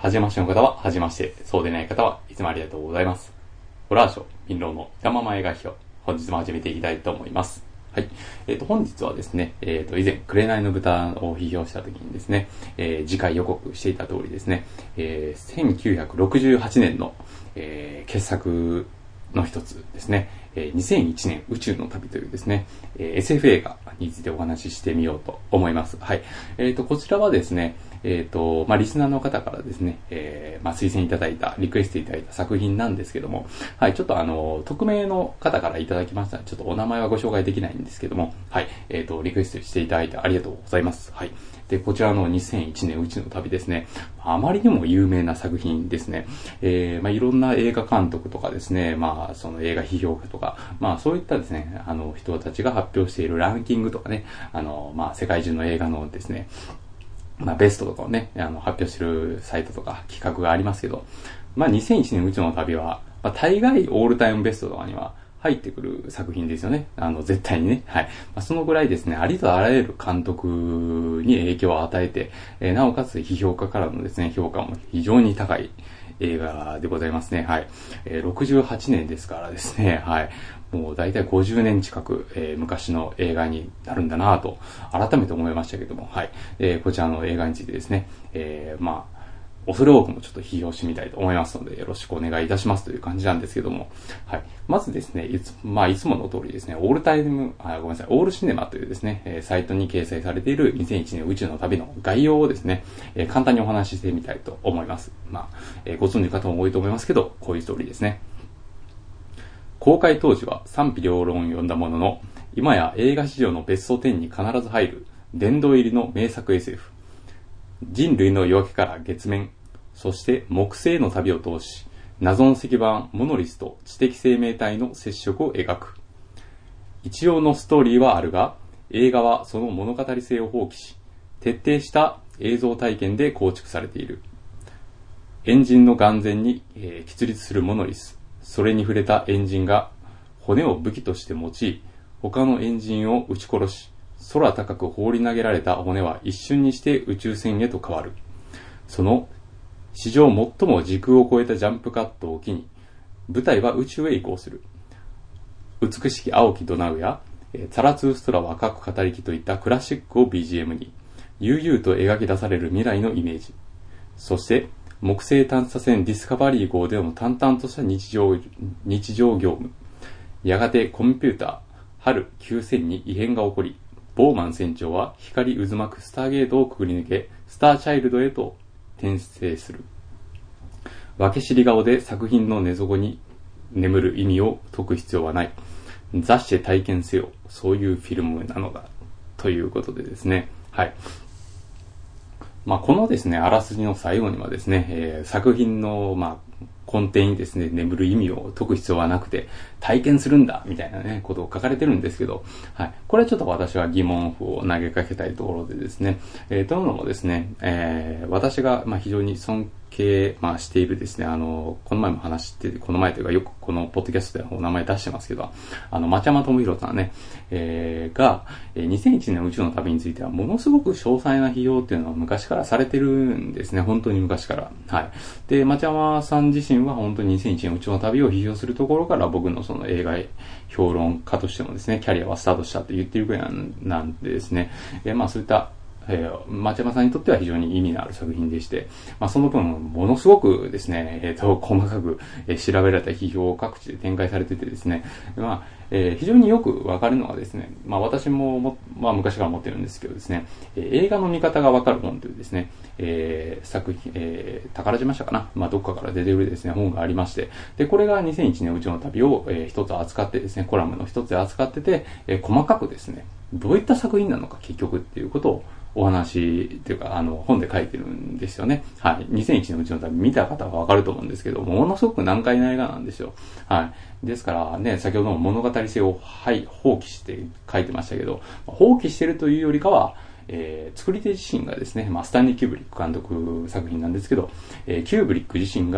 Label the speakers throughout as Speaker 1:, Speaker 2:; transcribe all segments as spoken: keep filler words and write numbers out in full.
Speaker 1: はじめましての方ははじめまして、そうでない方はいつもありがとうございます。ホラーショー、民謡の山間映画表、本日も始めていきたいと思います。はい。えっ、ー、と、本日はですね、えっ、ー、と、以前、紅の豚を批評した時にですね、えー、次回予告していた通りですね、えー、せんきゅうひゃくろくじゅうはちねんの、えー、傑作の一つですね、えー、にせんいちねん宇宙の旅というですね、えー、エスエフ 映画についてお話ししてみようと思います。はい。えっ、ー、と、こちらはですね、えっ、ー、と、まあ、リスナーの方からですね、えー、まあ、推薦いただいた、リクエストいただいた作品なんですけども、はい、ちょっとあの、匿名の方からいただきましたので、ちょっとお名前はご紹介できないんですけども、はい、えっ、ー、と、リクエストしていただいてありがとうございます。はい。で、こちらのにせんいちねん宇宙の旅ですね、あまりにも有名な作品ですね。えー、まあ、いろんな映画監督とかですね、まあ、その映画批評家とか、まあ、そういったですね、あの、人たちが発表しているランキングとかね、あの、まあ、世界中の映画のですね、まあ、ベストとかをね、あの、発表してるサイトとか企画がありますけど、まあ、にせんいちねん宇宙の旅は、まあ、大概オールタイムベストとかには入ってくる作品ですよね。あの、絶対にね。はい。まあ、そのぐらいですね、ありとあらゆる監督に影響を与えて、えー、なおかつ批評家からのですね、評価も非常に高い映画でございますね。はい。えー、ろくじゅうはちねんですからですね、はい。もう大体ごじゅうねん近く、えー、昔の映画になるんだなぁと、改めて思いましたけども、はい。えー、こちらの映画についてですね、えー、まあ、恐れ多くもちょっと批評してみたいと思いますので、よろしくお願いいたしますという感じなんですけども、はい。まずですね、いつ、まあ、いつもの通りですね、オールタイム、あ、ごめんなさい、オールシネマというですね、えー、サイトに掲載されているにせんいちねん宇宙の旅の概要をですね、えー、簡単にお話ししてみたいと思います。まあ、えー、ご存知の方も多いと思いますけど、こういうストーリーですね。公開当時は賛否両論を読んだものの、今や映画史上のベストじゅうに必ず入る殿堂入りの名作 エスエフ。人類の夜明けから月面、そして木星の旅を通し、謎の石板モノリスと知的生命体の接触を描く。一応のストーリーはあるが、映画はその物語性を放棄し、徹底した映像体験で構築されている。エンジンの眼前に、えー、喫立するモノリス。それに触れたエンジンが骨を武器として用い、他のエンジンを撃ち殺し、空高く放り投げられた骨は一瞬にして宇宙船へと変わる。その史上最も時空を超えたジャンプカットを機に、舞台は宇宙へ移行する。美しき青きドナウや、ザラツーストラは赤く語りきといったクラシックを ビージーエム に、悠々と描き出される未来のイメージ。そして、木星探査船ディスカバリー号での淡々とした日常、日常業務。やがてコンピューター、春きゅうせんに異変が起こり、ボーマン船長は光渦巻くスターゲートをくぐり抜け、スターチャイルドへと転生する。分け知り顔で作品の根底に眠る意味を解く必要はない。雑誌で体験せよ。そういうフィルムなのだ。ということでですね。はい。まあ、このですね、あらすじの最後にはですね、えー、作品の、まあ、根底にですね、眠る意味を解く必要はなくて、体験するんだ、みたいなね、ことを書かれてるんですけど、はい。これはちょっと私は疑問符を投げかけたいところでですね、えー、というのもですね、えー、私が、まあ、非常に尊敬、まあ、しているですね、あの、この前も話して、この前というか、よくこのポッドキャストでお名前出してますけど、あの、町山智博さんね、えー、が、にせんいちねん宇宙の旅については、ものすごく詳細な批評っていうのは昔からされてるんですね、本当に昔から。はい。で、町山さん自身は本当ににせんいちねん宇宙の旅を批評するところから、僕のその映画評論家としてもですね、キャリアはスタートしたって言ってるくらいなんでですね、えー、まあそういったえー、町山さんにとっては非常に意味のある作品でして、まあ、その分、ものすごくですね、えっと、細かく、えー、調べられた批評を各地で展開されててですね、まあ、えー、非常によくわかるのはですね、まあ、私もも、まあ、昔から持ってるんですけどですね、えー、映画の見方がわかる本というですね、えー、作品、えー、宝島社かな、まあ、どっかから出てるですね、本がありまして、で、これがにせんいちねん宇宙の旅を、えー、一つ扱ってですね、コラムの一つで扱ってて、えー、細かくですね、どういった作品なのか、結局っていうことを、お話っていうか、あの、本で書いてるんですよね。はい。にせんいちねん宇宙の旅見た方はわかると思うんですけど、ものすごく難解な映画なんですよ。はい。ですからね、先ほどの物語性を、はい、放棄して書いてましたけど、放棄してるというよりかは、えー、作り手自身がですね、まあ、スタンリー・キューブリック監督作品なんですけど、えー、キューブリック自身が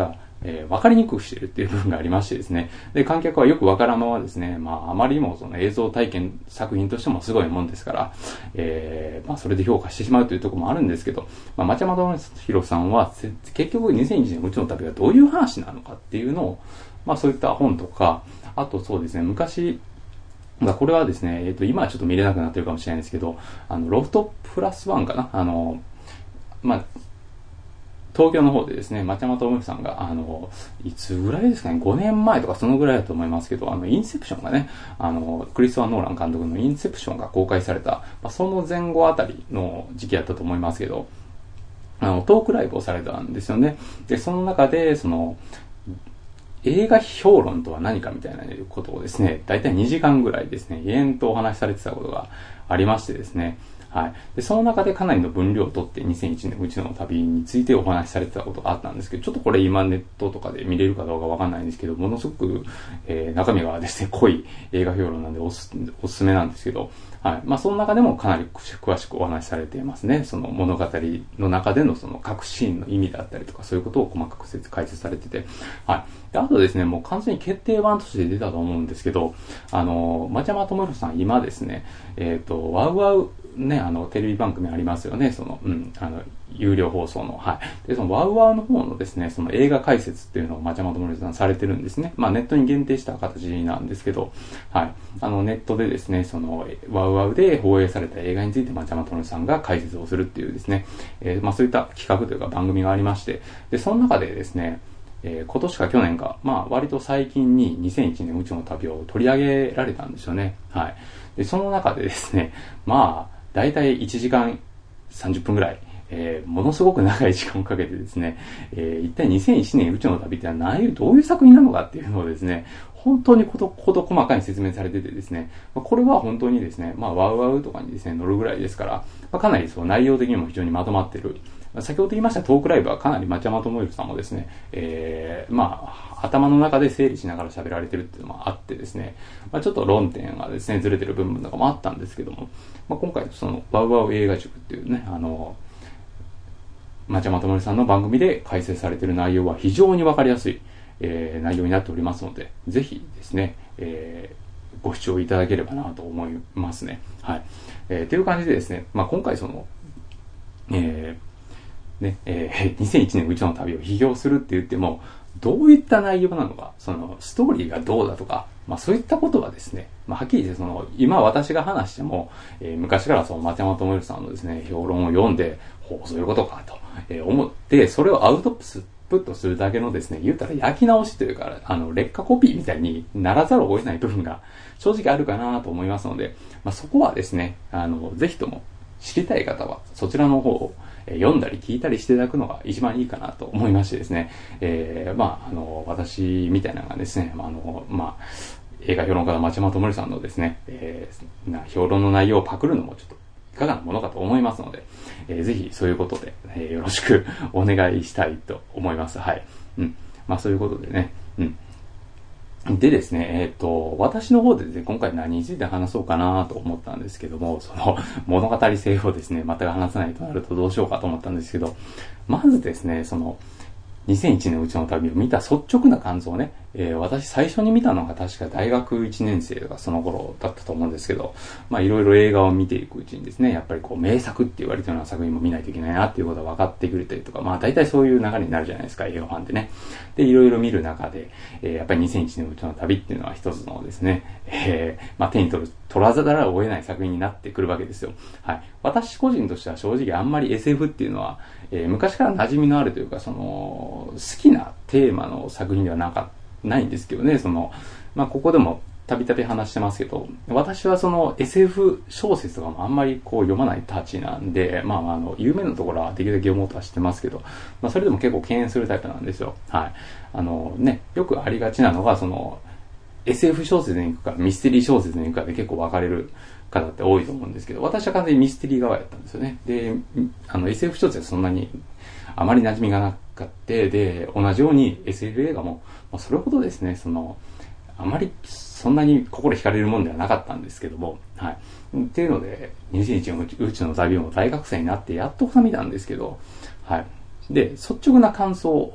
Speaker 1: えー、わかりにくくしているっていう部分がありましてですね。で、観客はよくわからんままですね、まあ、あまりにもその映像体験作品としてもすごいもんですから、えー、まあ、それで評価してしまうというところもあるんですけど、まあ、町山智博さんは、結局にせんいちねん宇宙の旅がどういう話なのかっていうのを、まあ、そういった本とか、あとそうですね、昔、これはですね、えっと、今はちょっと見れなくなってるかもしれないんですけど、あの、ロフトプラスワンかなあの、まあ、東京の方でですね、町山智博さんが、あの、いつぐらいですかね、ごねんまえとかそのぐらいだと思いますけど、あの、インセプションがね、あの、クリストファー・ノーラン監督のインセプションが公開された、まあ、その前後あたりの時期だったと思いますけど、あの、トークライブをされたんですよね。で、その中で、その、映画評論とは何かみたいなことをですね、だいたいにじかんぐらいですね、延々とお話しされてたことがありましてですね、はい。で、その中でかなりの分量を取ってにせんいちねん宇宙の旅についてお話しされてたことがあったんですけど、ちょっとこれ今ネットとかで見れるかどうかわかんないんですけど、ものすごく、えー、中身がですね、濃い映画評論なんでおす、おすすめなんですけど、はい。まあ、その中でもかなり詳しくお話しされていますね。その物語の中でのその各シーンの意味だったりとか、そういうことを細かく解説されてて、はい。で、あとですね、もう完全に決定版として出たと思うんですけど、あの、町山智博さん今ですね、えっと、ワウワウね、あの、テレビ番組ありますよね、その、うん、あの、有料放送の、はい。で、その、ワウワウの方のですね、その映画解説っていうのを町山智博さんされてるんですね。まあ、ネットに限定した形なんですけど、はい。あの、ネットでですね、その、ワウワウで放映された映画について町山智博さんが解説をするっていうですね、えー、まあ、そういった企画というか番組がありまして、で、その中でですね、えー、今年か去年か、まあ、割と最近ににせんいちねん宇宙の旅を取り上げられたんですよね。はい。で、その中でですね、まあ、だいたいいちじかんさんじゅっぷんぐらい、えー、ものすごく長い時間をかけてですね、えー、一体にせんいちねん宇宙の旅ってのは何どういう作品なのかっていうのをですね、本当にことこと細かに説明されててですね、これは本当にですね、まあ、ワウワウとかにですね、乗るぐらいですから、まあ、かなりそう内容的にも非常にまとまってる。先ほど言いましたトークライブはかなり町山智博さんもですね、えー、まあ、頭の中で整理しながら喋られてるっていうのもあってですね、まあ、ちょっと論点がですね、ずれてる部分とかもあったんですけども、まあ、今回その、ワウワウ映画塾っていうね、あの、町山智博さんの番組で解説されている内容は非常にわかりやすい、えー、内容になっておりますので、ぜひですね、えー、ご視聴いただければなと思いますね。はい。えー、という感じでですね、まあ、今回その、えーね、えー、にせんいちねん宇宙の旅を批評するって言っても、どういった内容なのか、その、ストーリーがどうだとか、まあそういったことはですね、まあはっきり言ってその、今私が話しても、えー、昔からその町山智博さんのですね、評論を読んで、ほう、そういうことかと、えー、思って、それをアウトプットするだけのですね、言ったら焼き直しというか、あの、劣化コピーみたいにならざるを得ない部分が正直あるかなと思いますので、まあそこはですね、あの、ぜひとも知りたい方は、そちらの方を、読んだり聞いたりしていただくのが一番いいかなと思いましてですね、えー、まあ、あの、私みたいなのがですね、あの、まあ、映画評論家の町山智博さんのですね、えー、な評論の内容をパクるのもちょっといかがなものかと思いますので、えー、ぜひそういうことで、えー、よろしくお願いしたいと思います。はい。うん。まあ、そういうことでね、うん。でですね、えっと、私の方でですね、今回何について話そうかなと思ったんですけども、その物語性をですね、全く話さないとなるとどうしようかと思ったんですけど、まずですね、その、にせんいちねん宇宙の旅を見た率直な感想ね、えー、私最初に見たのが確か大学いちねん生とかその頃だったと思うんですけど、まあいろいろ映画を見ていくうちにですね、やっぱりこう名作って言われてるような作品も見ないといけないなっていうことが分かってくれたりとか、まあ大体そういう流れになるじゃないですか、映画ファンってね。で、いろいろ見る中で、えー、やっぱりにせんいちねん宇宙の旅っていうのは一つのですね、えー、まあ手に取る、取らざるを得ない作品になってくるわけですよ。はい。私個人としては正直あんまり エスエフ っていうのは、えー、昔から馴染みのあるというか、その、好きなテーマの作品ではなか、ないんですけどね、その、まあ、ここでもたびたび話してますけど、私はその エスエフ 小説とかもあんまりこう読まないたちなんで、まあ、あの、有名なところはできるだけ読もうとはしてますけど、まあ、それでも結構敬遠するタイプなんですよ。はい。あのね、よくありがちなのが、その、エスエフ 小説に行くか、ミステリー小説に行くかで結構分かれる方って多いと思うんですけど、私は完全にミステリー側やったんですよね。で、あの エスエフ 小説はそんなにあまり馴染みがなかった。で、同じように エスエフ 映画も、まあ、それほどですね、その、あまりそんなに心惹かれるもんではなかったんですけども、はい。っていうので、にせんいちねん宇宙の旅も大学生になってやっと見たんですけど、はい。で、率直な感想を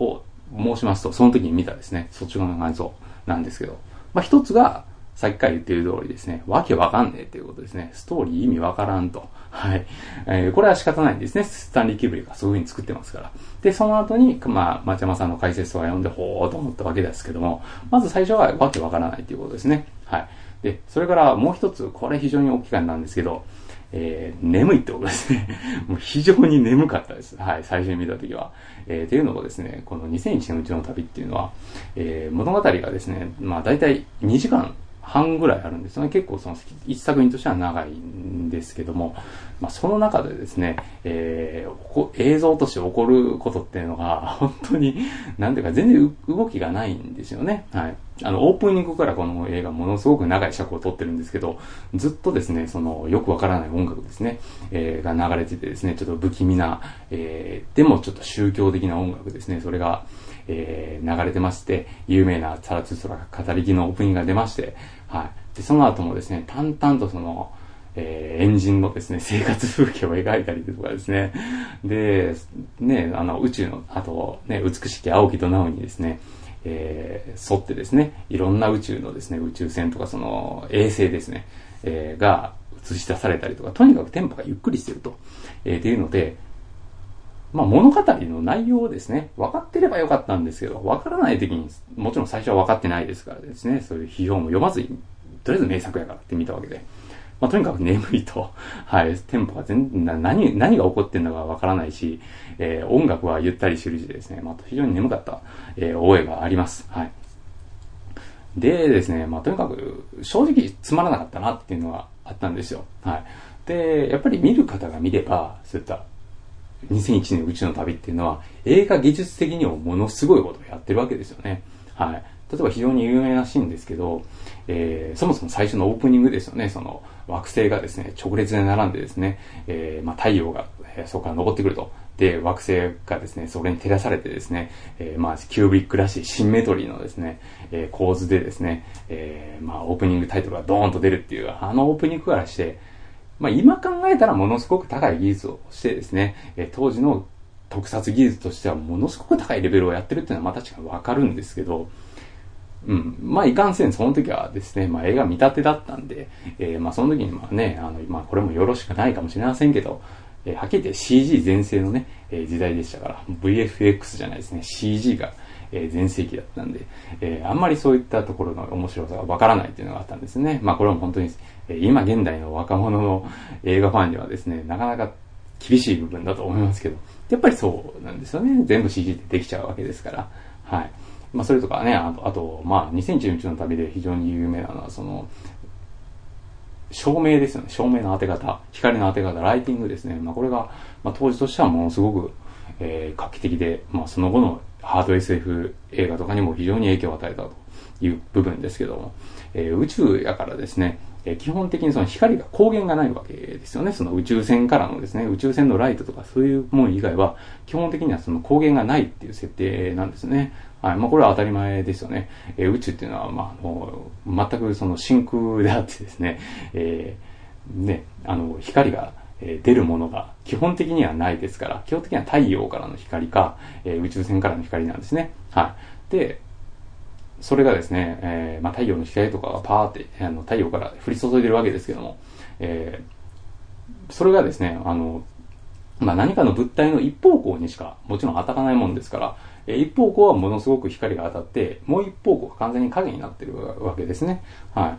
Speaker 1: 申しますと、その時に見たですね、率直な感想なんですけど、まあ一つが、さっきから言っている通りですね、わけわかんねえっていうことですね。ストーリー意味わからんと。はい。えー、これは仕方ないんですね。スタンリー・キューブリックがそういう風に作ってますから。で、その後に、まあ、町山さんの解説とか読んで、ほーと思ったわけですけども、まず最初はわけわからないっていうことですね。はい。で、それからもう一つ、これ非常に大きかったんですけど、えー、眠いってことですね。もう非常に眠かったです。はい、最初に見たときは。えー、っていうのもですね、このにせんいちねん宇宙の旅っていうのは、えー、物語がですね、まあ大体にじかんはんぐらいあるんですよね。結構その一作品としては長いんですけども、まあその中でですね、えー、映像として起こることっていうのが、本当に、なんていうか全然動きがないんですよね。はい。あの、オープニングからこの映画ものすごく長い尺を撮ってるんですけど、ずっとですね、その、よくわからない音楽ですね、えー、が流れててですね、ちょっと不気味な、えー、でもちょっと宗教的な音楽ですね、それが、えー、流れてまして、有名なサラツストラ語り木のオープニングが出まして、はい。で、その後もですね、淡々とその、えー、エンジンのですね、生活風景を描いたりとかですね。で、ね、あの、宇宙の、あと、ね、美しき青きドナウにですね、えー、沿ってですね、いろんな宇宙のですね、宇宙船とかその衛星ですね、えー、が映し出されたりとか、とにかくテンポがゆっくりしてると、えー、っていうので、まあ物語の内容をですね、分かってればよかったんですけど、分からない時に、もちろん最初は分かってないですからですね、そういう批評も読まずに、とりあえず名作やからって見たわけで、まあとにかく眠いと、はい、テンポが全然、何、何が起こってんのか分からないし、えー、音楽はゆったりしてるしですね、まあ非常に眠かった、えー、覚えがあります。はい。でですね、まあとにかく正直つまらなかったなっていうのがあったんですよ。はい。で、やっぱり見る方が見れば、そういったにせんいちねん宇宙の旅っていうのは映画技術的にもものすごいことをやってるわけですよね。はい。例えば非常に有名なシーンですけど、えー、そもそも最初のオープニングですよね。その惑星がですね、直列で並んでですね、えー、まあ太陽が、えー、そこから昇ってくると。で、惑星がですね、それに照らされてですね、えー、まあキューブリックらしいシンメトリーのですね、えー、構図でですね、えー、まあオープニングタイトルがドーンと出るっていう、あのオープニングからして、まあ今考えたらものすごく高い技術をしてですね、えー、当時の特撮技術としてはものすごく高いレベルをやってるっていうのはまあ確かにわかるんですけど、うん。まあ、いかんせん、その時はですね、まあ、映画見立てだったんで、えー、まあ、その時にまあね、あの、まあ、これもよろしくないかもしれませんけど、えー、はっきり言って シージー 全盛のね、えー、時代でしたから、ブイエフエックス じゃないですね、シージー が、えー、全盛期だったんで、えー、あんまりそういったところの面白さがわからないっていうのがあったんですね。まあ、これも本当に、えー、今現代の若者の映画ファンにはですね、なかなか厳しい部分だと思いますけど、やっぱりそうなんですよね。全部 シージー でできちゃうわけですから。はい。まあ、それとかね、あと、あとまあ、にせんいちねん宇宙の旅で非常に有名なのは、その、照明ですよね。照明の当て方、光の当て方、ライティングですね。まあ、これが、まあ、当時としてはものすごく、えー、画期的で、まあ、その後のハード エスエフ 映画とかにも非常に影響を与えたという部分ですけども、えー、宇宙やからですね、えー、基本的にその光が光源がないわけですよね。その宇宙船からのですね、宇宙船のライトとかそういうもの以外は、基本的にはその光源がないっていう設定なんですね。はい。まあ、これは当たり前ですよね。えー、宇宙っていうのは、まあ、もう、全くその真空であってですね、えー、ね、あの、光が出るものが基本的にはないですから、基本的には太陽からの光か、えー、宇宙船からの光なんですね。はい。で、それがですね、えー、まあ、太陽の光とかがパーって、あの、太陽から降り注いでるわけですけども、えー、それがですね、あの、まあ、何かの物体の一方向にしかもちろん当たらないもんですから、えー、一方向はものすごく光が当たって、もう一方向が完全に影になってるわけですね。はい。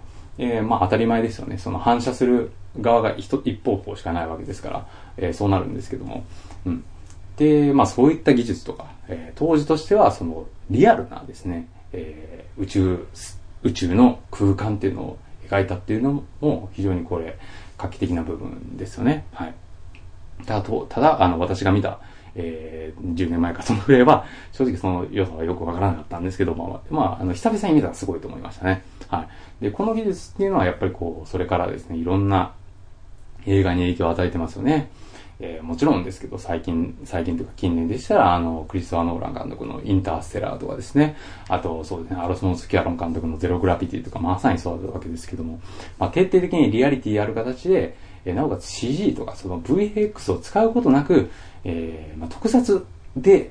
Speaker 1: えー、まあ当たり前ですよね。その反射する側が一一方向しかないわけですから、えー、そうなるんですけども。うん。で、まあそういった技術とか、えー、当時としてはそのリアルなですね、えー、宇宙、宇宙の空間っていうのを描いたっていうのも非常にこれ画期的な部分ですよね。はい。ただ、ただあの私が見た、えー、じゅうねんまえかそのぐらいは正直その良さはよくわからなかったんですけど、まあ、まあ、あの久々に見たらすごいと思いましたね。はい。で、この技術っていうのはやっぱりこう、それからですね、いろんな映画に影響を与えてますよね。えー、もちろんですけど、最近、最近というか近年でしたら、あの、クリストファー・ノーラン監督のインターステラーとかですね、あと、そうですね、アロスモンス・キュアロン監督のゼログラビティとか、まさにそうだったわけですけども、まあ、徹底的にリアリティある形で、えー、なおかつ シージー とか、その ブイエフエックス を使うことなく、えー、まあ、特撮で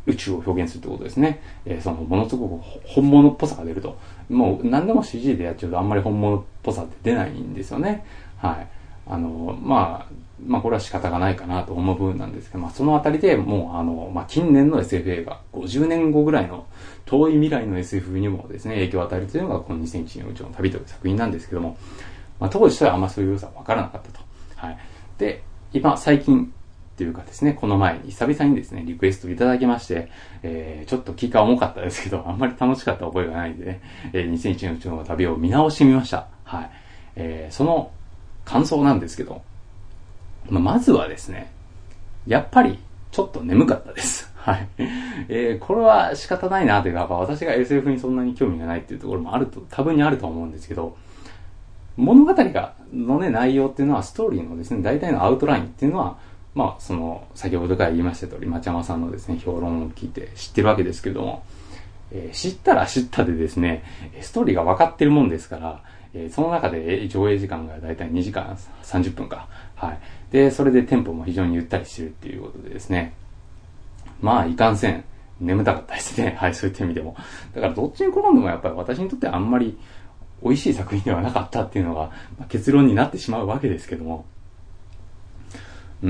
Speaker 1: 宇宙を表現するってことですね。えー、その、ものすごく本物っぽさが出ると。もう、何でも シージー でやっちゃうとあんまり本物っぽさって出ないんですよね。はい。あの、まあ、まあ、これは仕方がないかなと思う部分なんですけど、まあ、そのあたりでもう、あの、まあ、近年の エスエフ 映画、ごじゅうねんごぐらいの遠い未来の エスエフ にもですね、影響を与えるというのが、このにせんいちねん宇宙の旅という作品なんですけども、まあ、当時とはあんまそういう良さは分からなかったと。はい。で、今、最近、っていうかですね、この前に久々にですね、リクエストいただきまして、えー、ちょっと気が重かったですけど、あんまり楽しかった覚えがないんでね、えー、にせんいちねん宇宙の旅を見直してみました。はい。えー、その感想なんですけど、まあ、まずはですね、やっぱりちょっと眠かったです。はい。えー、これは仕方ないなというか、私が エスエフ にそんなに興味がないっていうところもあると、多分にあると思うんですけど、物語が、のね、内容っていうのは、ストーリーのですね、大体のアウトラインっていうのは、まあ、その、先ほどから言いました通り、町山さんのですね、評論を聞いて知ってるわけですけども、えー、知ったら知ったでですね、ストーリーが分かってるもんですから、えー、その中で上映時間がだいたいにじかんさんじゅっぷんか。はい。で、それでテンポも非常にゆったりしてるっていうことでですね、まあ、いかんせん、眠たかったですね。はい、そういった意味でも。だから、どっちに転んでもやっぱり私にとってはあんまり美味しい作品ではなかったっていうのが、まあ、結論になってしまうわけですけども、うん、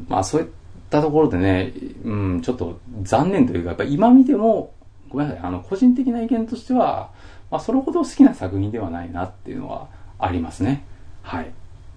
Speaker 1: まあそういったところでね、うん、ちょっと残念というか、やっぱ今見ても、ごめんなさい、あの、個人的な意見としては、まあそれほど好きな作品ではないなっていうのはありますね。はい。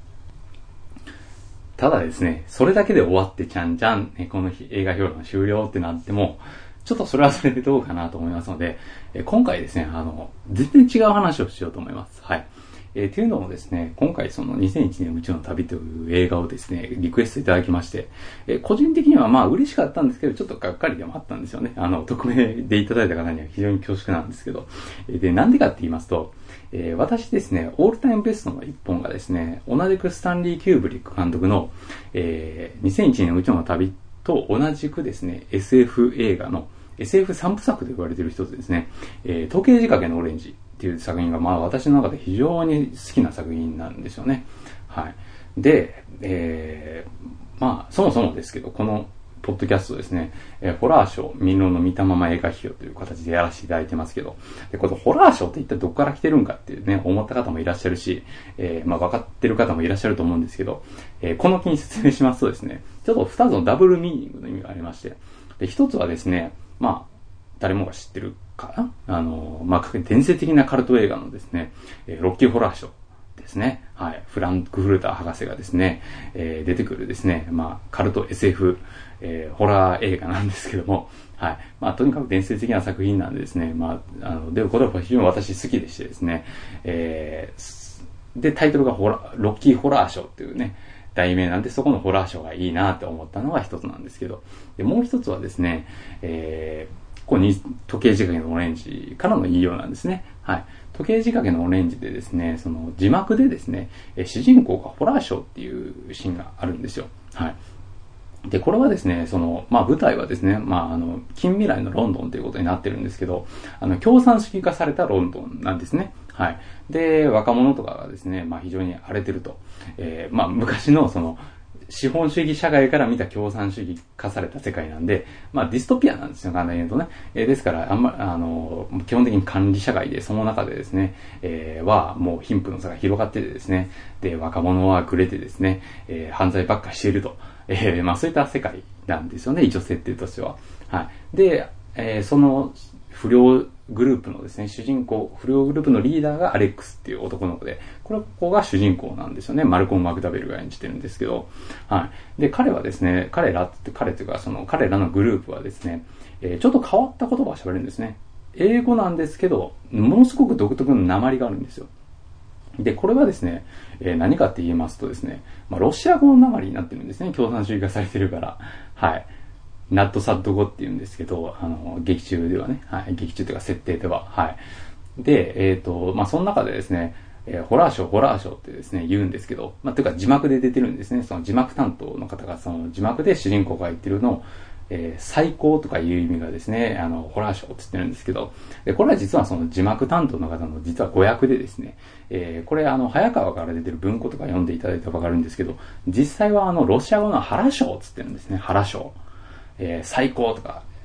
Speaker 1: ただですね、それだけで終わってちゃんちゃん、ね、この日映画評論終了ってなっても、ちょっとそれはそれでどうかなと思いますので、え今回ですね、あの、全然違う話をしようと思います。はい。えー、っていうのもですね、今回そのにせんいちねん宇宙の旅という映画をですね、リクエストいただきまして、えー、個人的にはまあ嬉しかったんですけど、ちょっとがっかりでもあったんですよね。あの、匿名でいただいた方には非常に恐縮なんですけど。で、なんでかって言いますと、えー、私ですね、オールタイムベストの一本がですね、同じくスタンリー・キューブリック監督の、えー、にせんいちねん宇宙の旅と同じくですね、エスエフ 映画の、エスエフさん 部作と言われている一つですね、えー、時計仕掛けのオレンジっていう作品が、まあ私の中で非常に好きな作品なんですよね。はい。で、えー、まあ、そもそもですけど、この、ポッドキャストですね、えー、ホラーショー、民謡の見たまま映画批評という形でやらせていただいてますけど、で、このホラーショーって一体どこから来てるんかっていうね、思った方もいらっしゃるし、えー、まあ分かってる方もいらっしゃると思うんですけど、えー、この気に説明しますとですね、ちょっと二つのダブルミーニングの意味がありまして、で、一つはですね、まあ、誰もが知ってるかなあの、まあ、伝説的なカルト映画のですね、ロッキーホラーショーですね。はい。フランクフルター博士がですね、えー、出てくるですね、まあ、カルト エスエフ、えー、ホラー映画なんですけども、はい。まあ、とにかく伝説的な作品なんでですね、まあ、あの、で、これは非常に私好きでしてですね、えー、で、タイトルがホラロッキーホラーショーっていうね、題名なんで、そこのホラーショーがいいなって思ったのが一つなんですけど、で、もう一つはですね、えー、ここに時計仕掛けのオレンジからの言いようなんですね。はい。時計仕掛けのオレンジでですね、その字幕でですね、主人公がホラーショーっていうシーンがあるんですよ。はい。で、これはですね、その、まあ舞台はですね、まああの、近未来のロンドンということになってるんですけど、あの、共産主義化されたロンドンなんですね。はい。で、若者とかがですね、まあ非常に荒れてると。えー、まあ昔のその、資本主義社会から見た共産主義化された世界なんで、まあディストピアなんですよ、簡単に言うとね。えー、ですから、あんま、あの、基本的に管理社会で、その中でですね、えー、は、もう貧富の差が広がっててですね、で、若者はぐれてですね、えー、犯罪ばっかしていると。えー、まあそういった世界なんですよね、一応設定としては。はい。で、えー、その不良グループのですね、主人公、不良グループのリーダーがアレックスっていう男の子で、これ、ここが主人公なんですよね。マルコム・マクダベルが演じてるんですけど、はい。で、彼はですね、彼らって、彼というか、その彼らのグループはですね、えー、ちょっと変わった言葉を喋るんですね。英語なんですけど、ものすごく独特の訛りがあるんですよ。で、これはですね、えー、何かって言いますとですね、まあ、ロシア語の訛りになってるんですね。共産主義化されてるから。はい。ナットサッド語って言うんですけど、あの、劇中ではね、はい。劇中というか設定では、はい。で、えっと、まあ、その中でですね、えー、ホラーショー、ホラーショーってですね、言うんですけど、まあ、というか字幕で出てるんですね。その字幕担当の方が、その字幕で主人公が言ってるのを、えー、最高とかいう意味がですね、あの、ホラーショーって言ってるんですけど、で、これは実はその字幕担当の方の実は語訳でですね、えー、これあの、早川から出てる文庫とか読んでいただいたらわかるんですけど、実際はあの、ロシア語のハラショーって言ってるんですね、ハラショー。えー、最高とか、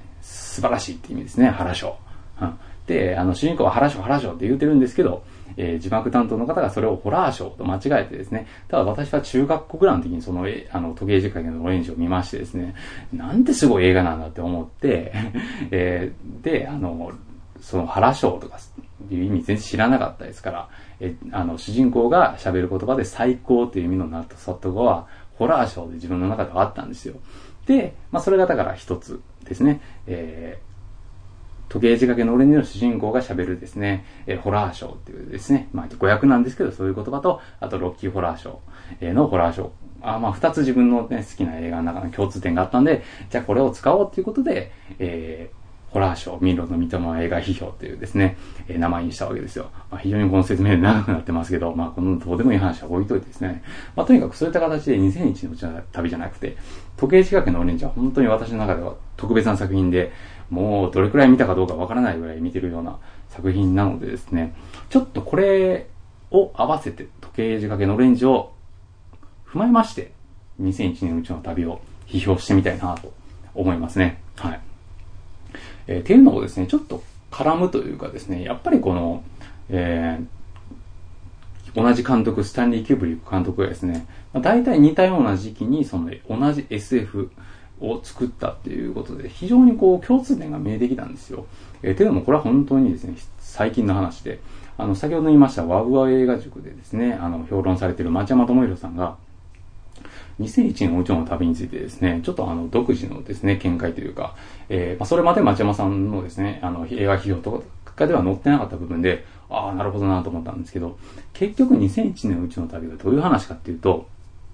Speaker 1: 素晴らしいって意味ですね、原章。うん、で、あの、主人公は原章、原章って言ってるんですけど、えー、字幕担当の方がそれをホラーショーと間違えてですね、ただ私は中学校ぐらいの時にその、あの、時計仕掛けのオレンジを見ましてですね、なんてすごい映画なんだって思って、えー、で、あの、その原章とかいう意味全然知らなかったですから、えあの、主人公が喋る言葉で最高という意味のナットサット語は、ホラーショーで自分の中ではあったんですよ。で、まあそれがだから一つですね、えー時計仕掛けのオレンジの主人公が喋るですね、えー、ホラーショーっていうですね、まあ語訳なんですけど、そういう言葉と、あとロッキーホラーショーのホラーショー。あまあ二つ自分の、ね、好きな映画の中の共通点があったんで、じゃあこれを使おうということで、えー、ホラーショー、ミロの三笘映画批評というですね、えー、名前にしたわけですよ。まあ、非常にこの説明で長くなってますけど、まあこのどうでもいい話は置いといてですね。まあとにかくそういった形でにせんいちのうちの旅じゃなくて、時計仕掛けのオレンジは本当に私の中では特別な作品で、もうどれくらい見たかどうかわからないぐらい見てるような作品なのでですね、ちょっとこれを合わせて時計仕掛けのオレンジを踏まえまして、にせんいちねんのうちの旅を批評してみたいなと思いますね。はい。えー、っていうのをですね、ちょっと絡むというかですね、やっぱりこの、えー、同じ監督、スタンリー・キューブリック監督がですね、まあ、大体似たような時期にその同じ エスエフ、を作ったっていうことで、非常にこう共通点が見えてきたんですよ。えー、というのもこれは本当にですね、最近の話で、あの、先ほど言いましたワウワウ映画塾でですね、あの、評論されている町山智博さんが、にせんいちねん宇宙の旅についてですね、ちょっとあの、独自のですね、見解というか、えー、まあ、それまで町山さんのですね、あの、映画批評とかでは載ってなかった部分で、ああ、なるほどなと思ったんですけど、結局にせんいちねん宇宙の旅がどういう話かっていうと、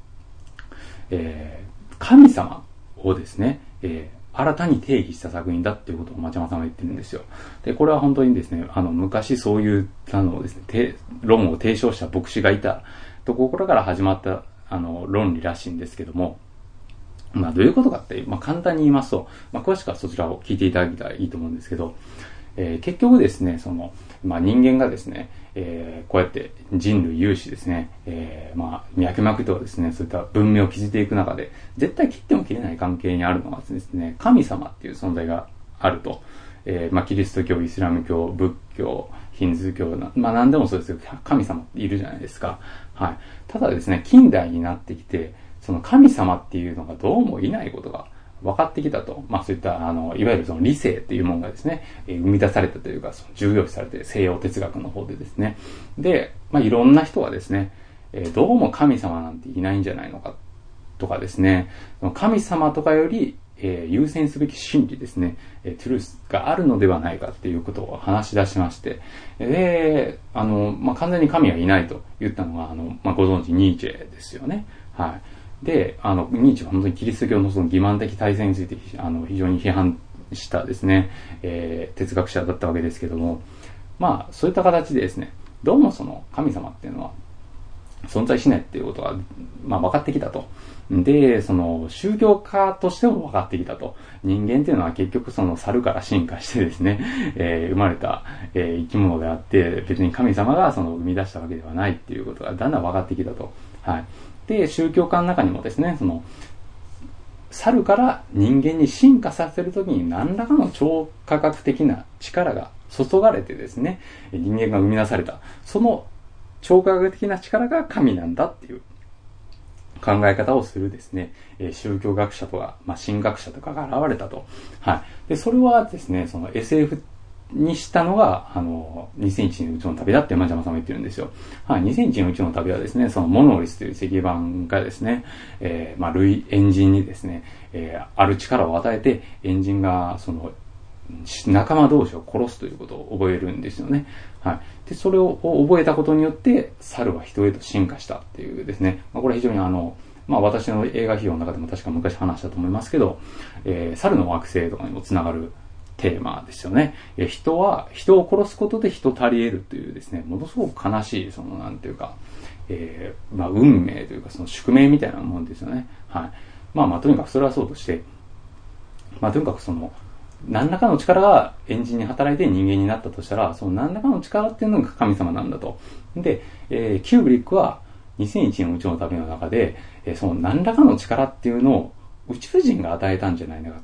Speaker 1: えー、神様、をですね、えー、新たに定義した作品だっていうことを町山さんは言ってるんですよ。で、これは本当にですね、あの、昔そういう、あのですね、論を提唱した牧師がいたところから始まった、あの、論理らしいんですけども、まあ、どういうことかって、まあ、簡単に言いますと、まあ、詳しくはそちらを聞いていただけたらいいと思うんですけど、えー、結局ですね、その、まあ、人間がですね、えー、こうやって人類有志ですね、えー、まあ、脈々とですね、そういった文明を築いていく中で、絶対切っても切れない関係にあるのがですね、神様っていう存在があると。えー、まあ、キリスト教、イスラム教、仏教、ヒンズー教な、まあ、何でもそうですけど、神様っているじゃないですか。はい。ただですね、近代になってきて、その神様っていうのがどうもいないことが分かってきたと。まあそういった、あの、いわゆるその理性っていうものがですね、えー、生み出されたというか、その重要視されて西洋哲学の方でですね。で、まあいろんな人がですね、えー、どうも神様なんていないんじゃないのかとかですね、神様とかより、えー、優先すべき真理ですね、えー、トゥルースがあるのではないかっていうことを話し出しまして、で、あの、まあ完全に神はいないと言ったのが、あの、まあご存知ニーチェですよね。はい。で、あの、ニーチェは本当にキリスト教のその欺瞞的体制について、あの、非常に批判したですね、えー、哲学者だったわけですけども、まあ、そういった形でですね、どうもその神様っていうのは存在しないっていうことが、まあ、分かってきたと。で、その、宗教家としても分かってきたと。人間っていうのは結局その猿から進化してですね、えー、生まれた、えー、生き物であって、別に神様がその生み出したわけではないっていうことがだんだん分かってきたと。はい。で、宗教家の中にもですね、その、猿から人間に進化させるときに何らかの超科学的な力が注がれてですね、人間が生み出された。その超科学的な力が神なんだっていう考え方をするですね、宗教学者とか、まあ、神学者とかが現れたと。はい。で、それはですね、その エスエフ にしたのが、あの、にせんいちねん宇宙の旅だってマジャマさんも言ってるんですよ。はい。にせんいちねん宇宙の旅はですね、そのモノリスという石板がですね、えー、まあ、類エンジンにですね、えー、ある力を与えて、エンジンが、その、仲間同士を殺すということを覚えるんですよね。はい。で、それを覚えたことによって、猿は人へと進化したっていうですね。まあ、これは非常にあの、まあ私の映画費用の中でも確か昔話したと思いますけど、えー、猿の惑星とかにもつながるテーマですよね。えー、人は、人を殺すことで人足り得るというですね、ものすごく悲しい、その、なんていうか、えー、まあ運命というか、その宿命みたいなもんですよね。はい。まあまあとにかくそれはそうとして、まあとにかくその、何らかの力がエンジンに働いて人間になったとしたら、その何らかの力っていうのが神様なんだと。で、えー、キューブリックはにせんいちねん宇宙の旅の中で、えー、その何らかの力っていうのを宇宙人が与えたんじゃないのかって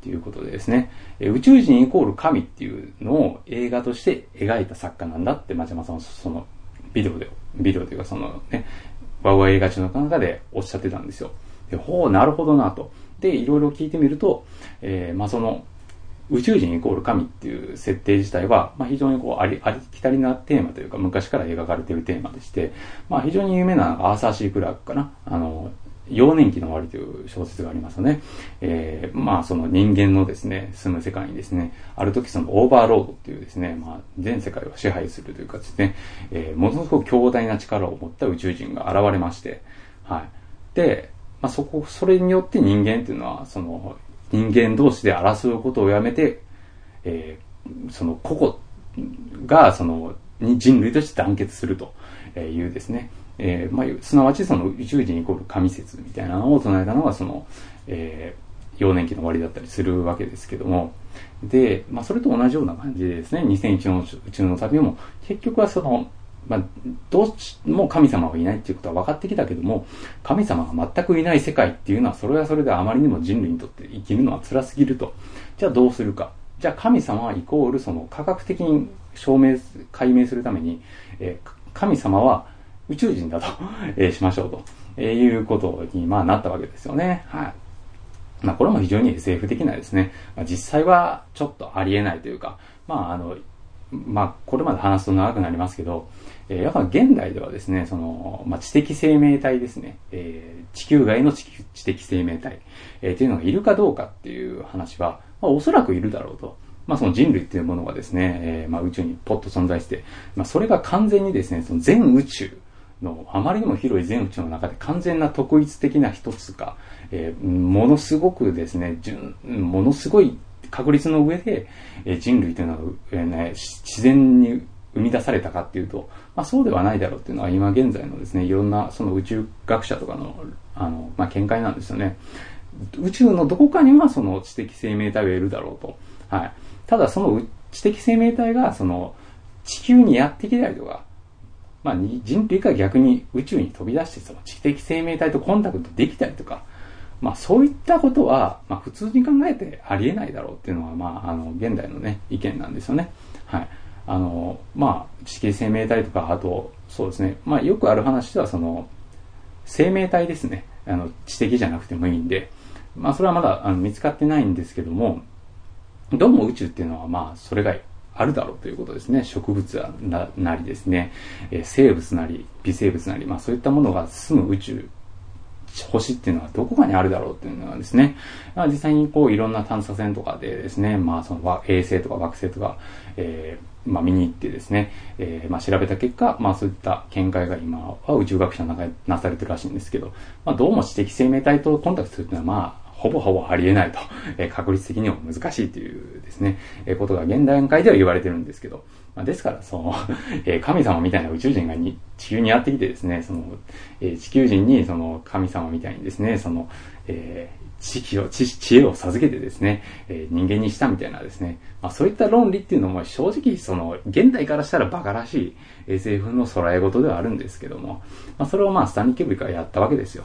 Speaker 1: っていうことでですね、宇宙人イコール神っていうのを映画として描いた作家なんだって町山さんはそのビデオで、ビデオというかそのね、ワウワウ映画中の中でおっしゃってたんですよ。で、ほう、なるほどなと。で、いろいろ聞いてみると、えー、まあその、宇宙人イコール神っていう設定自体は、まあ非常にこう、あり、ありきたりなテーマというか、昔から描かれているテーマでして、まあ非常に有名なのがアーサー・シー・クラークかな。あの、幼年期の終わりという小説がありますよね。えー、まあその人間のですね、住む世界にですね、ある時そのオーバーロードっていうですね、まあ全世界を支配するというかですね、えー、ものすごく強大な力を持った宇宙人が現れまして、はい。で、まあそこ、それによって人間っていうのは、その、人間同士で争うことをやめて、えー、その個々がその人類として団結するというですね、えーまあ、すなわちその宇宙人イコール神説みたいなのを唱えたのがその、えー、幼年期の終わりだったりするわけですけども、で、まあ、それと同じような感じでですね、にせんいちの宇宙の旅も結局はその、まあ、どうしも神様はいないっていうことは分かってきたけども、神様が全くいない世界っていうのはそれはそれであまりにも人類にとって生きるのは辛すぎると。じゃあどうするか。じゃあ神様イコールその科学的に証明、解明するために、えー、神様は宇宙人だと、えー、しましょうと、えー、いうことにまあなったわけですよね。はい。まあこれも非常に エスエフ 的なですね、まあ、実際はちょっとありえないというか、まああの、まあこれまで話すと長くなりますけど、えー、やっぱ現代ではですね、その、まあ知的生命体ですね、えー、地球外の知的生命体、えー、っていうのがいるかどうかっていう話は、まあ、おそらくいるだろうと。まあその人類っていうものがですね、えー、まあ宇宙にポッと存在して、まあそれが完全にですね、その全宇宙のあまりにも広い全宇宙の中で完全な特一的な一つか、えー、ものすごくですね、ものすごい確率の上で、えー、人類というのは、えーね、自然に生み出されたかっていうと、まあそうではないだろうっていうのは今現在のですね、いろんなその宇宙学者とかの、あの、まあ見解なんですよね。宇宙のどこかにはその知的生命体がいるだろうと。はい。ただその知的生命体がその地球にやってきたりとか、まあ人類が逆に宇宙に飛び出してその知的生命体とコンタクトできたりとか、まあそういったことは、まあ普通に考えてありえないだろうっていうのは、まああの現代のね、意見なんですよね。はい。あの、まあ知的生命体とか、あと、そうですね。まあよくある話ではその、生命体ですね。あの、知的じゃなくてもいいんで、まあそれはまだあの見つかってないんですけども、どうも宇宙っていうのはまあそれがあるだろうということですね。植物ななりですね、えー、生物なり微生物なり、まあそういったものが住む宇宙、星っていうのはどこかにあるだろうっていうのはですね、まあ、実際にこういろんな探査船とかでですね、まあその衛星とか惑星とか、えー、まあ見に行ってですね、えー、まあ調べた結果、まあそういった見解が今は宇宙学者の中でなされてるらしいんですけど、まあどうも知的生命体とコンタクトするっていうのはまあほぼほぼありえないと、えー、確率的にも難しいというですね、えー、ことが現段階では言われてるんですけど、まあ、ですから、その、えー、神様みたいな宇宙人がに地球にやってきてですね、その、えー、地球人にその神様みたいにですね、その、えー、知識を、知、知恵を授けてですね、えー、人間にしたみたいなですね、まあそういった論理っていうのも正直その、現代からしたらバカらしい エスエフ の捉え事ではあるんですけども、まあそれをまあスタンリー・キューブリックがやったわけですよ。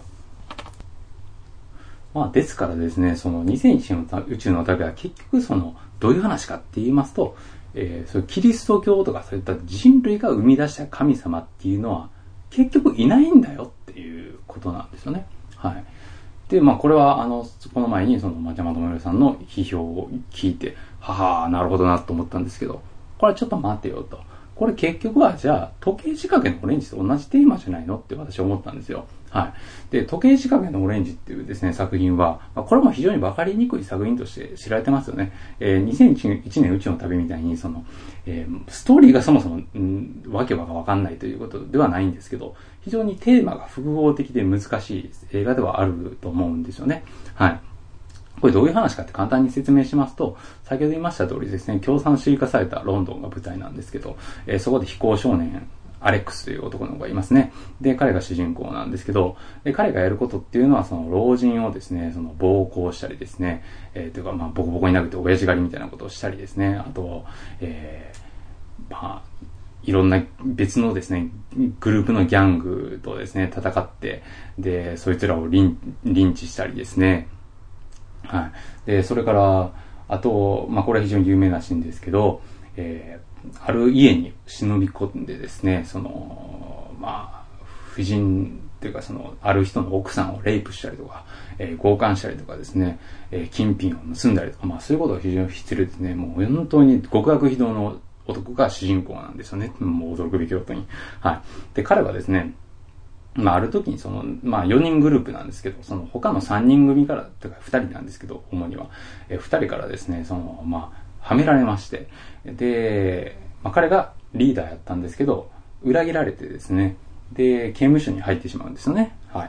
Speaker 1: まあですからですね、そのにせんいちねんの宇宙の旅は結局その、どういう話かって言いますと、えー、そういうキリスト教とかそういった人類が生み出した神様っていうのは結局いないんだよっていうことなんですよね。はい。で、まあこれはあの、この前にその町山智博さんの批評を聞いて、ははー、なるほどなと思ったんですけど、これちょっと待ってよと。これ結局はじゃあ時計仕掛けのオレンジと同じテーマじゃないのって私は思ったんですよ。はい。で、時計仕掛けのオレンジっていうですね、作品は、まあ、これも非常にわかりにくい作品として知られてますよね。えー、にせんいちねん宇宙の旅みたいに、その、えー、ストーリーがそもそも、んわけわかわかんないということではないんですけど、非常にテーマが複合的で難しい映画ではあると思うんですよね。はい。これどういう話かって簡単に説明しますと、先ほど言いました通りですね、共産主義化されたロンドンが舞台なんですけど、えー、そこで非行少年、アレックスという男の子がいますね。で、彼が主人公なんですけど、で彼がやることっていうのは、その老人をですね、その暴行したりですね、えー、というか、まあ、ボコボコに殴って親父狩りみたいなことをしたりですね、あと、えー、まあ、いろんな別のですね、グループのギャングとですね、戦って、で、そいつらをリン、リンチしたりですね、 はい。で、それから、あと、まあ、これは非常に有名なシーンですけど、えー、ある家に忍び込んでですね、その、まあ、夫人っていうか、その、ある人の奥さんをレイプしたりとか、えー、強姦したりとかですね、えー、金品を盗んだりとか、まあ、そういうことが非常に失礼ですね。もう本当に極悪非道の男が主人公なんですよね。もう驚くべきことに。はい。で、彼はですね、まあ、ある時にその、まあ、よにんグループなんですけど、その他のさんにん組から、というかふたりなんですけど、主には、えー、ふたりからですね、その、まあ、はめられまして、で、まあ、彼がリーダーやったんですけど、裏切られてですね、で、刑務所に入ってしまうんですよね。はい。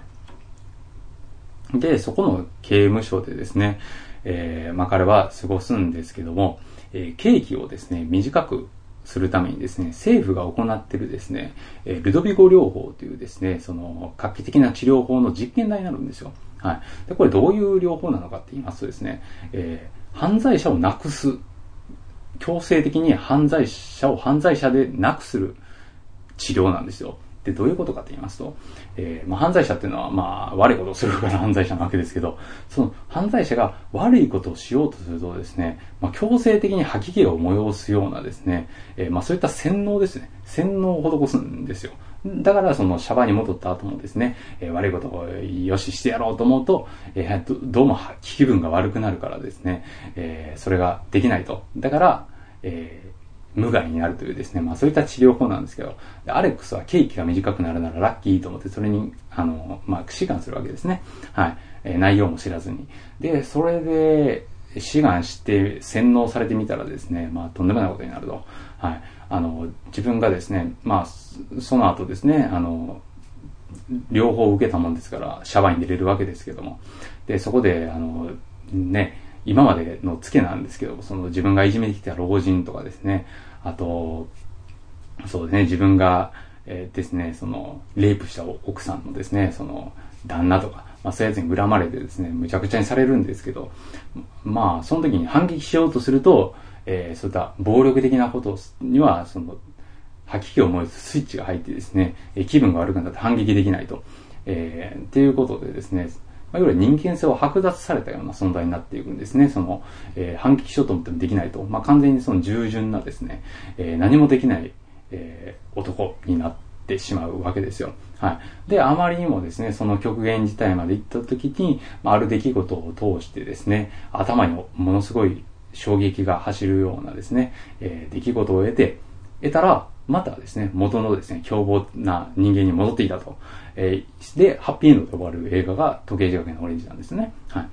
Speaker 1: で、そこの刑務所でですね、えー、まあ、彼は過ごすんですけども、えー、刑期をですね、短くするためにですね、政府が行っているですね、えー、ルドビゴ療法というですね、その画期的な治療法の実験台になるんですよ。はい。で、これどういう療法なのかって言いますとですね、えー、犯罪者をなくす、強制的に犯罪者を犯罪者でなくする治療なんですよ。で、どういうことかと言いますと、えーまあ、犯罪者っていうのは、まあ、悪いことをするから犯罪者なわけですけど、その犯罪者が悪いことをしようとするとですね、まあ、強制的に吐き気を催すようなですね、えー、まあ、そういった洗脳ですね、洗脳を施すんですよ。だから、その、シャバに戻った後もですね、えー、悪いことをよししてやろうと思うと、えー、ど, どうも気分が悪くなるからですね、えー、それができないと。だから、えー無害になるというですね、まあそういった治療法なんですけど、アレックスは刑期が短くなるならラッキーと思って、それに、あの、まあ志願するわけですね。はい。えー、内容も知らずに。で、それで、志願して洗脳されてみたらですね、まあとんでもないことになると。はい。あの、自分がですね、まあ、その後ですね、あの、両方受けたもんですから、シャワーに出れるわけですけども。で、そこで、あの、ね、今までのツケなんですけど、その自分がいじめてきた老人とかですね、あと、そうですね、自分が、えー、ですね、その、レイプした奥さんのですね、その、旦那とか、まあそういうやつに恨まれてですね、むちゃくちゃにされるんですけど、まあ、その時に反撃しようとすると、えー、そういった暴力的なことには、その、吐き気を燃えすスイッチが入ってですね、気分が悪くなって反撃できないと。えー、っていうことでですね、まあ、いわゆる人間性を剥奪されたような存在になっていくんですね。その、えー、反撃しようと思ってもできないと。まあ、完全にその従順なですね、えー、何もできない、えー、男になってしまうわけですよ。はい。で、あまりにもですね、その極限自体まで行った時に、まあ、ある出来事を通してですね、頭にものすごい衝撃が走るようなですね、えー、出来事を得て、得たら、またですね、元のですね、凶暴な人間に戻っていたと。えー、で、ハッピーエンドと呼ばれる映画が時計仕掛けのオレンジなんですね。はい。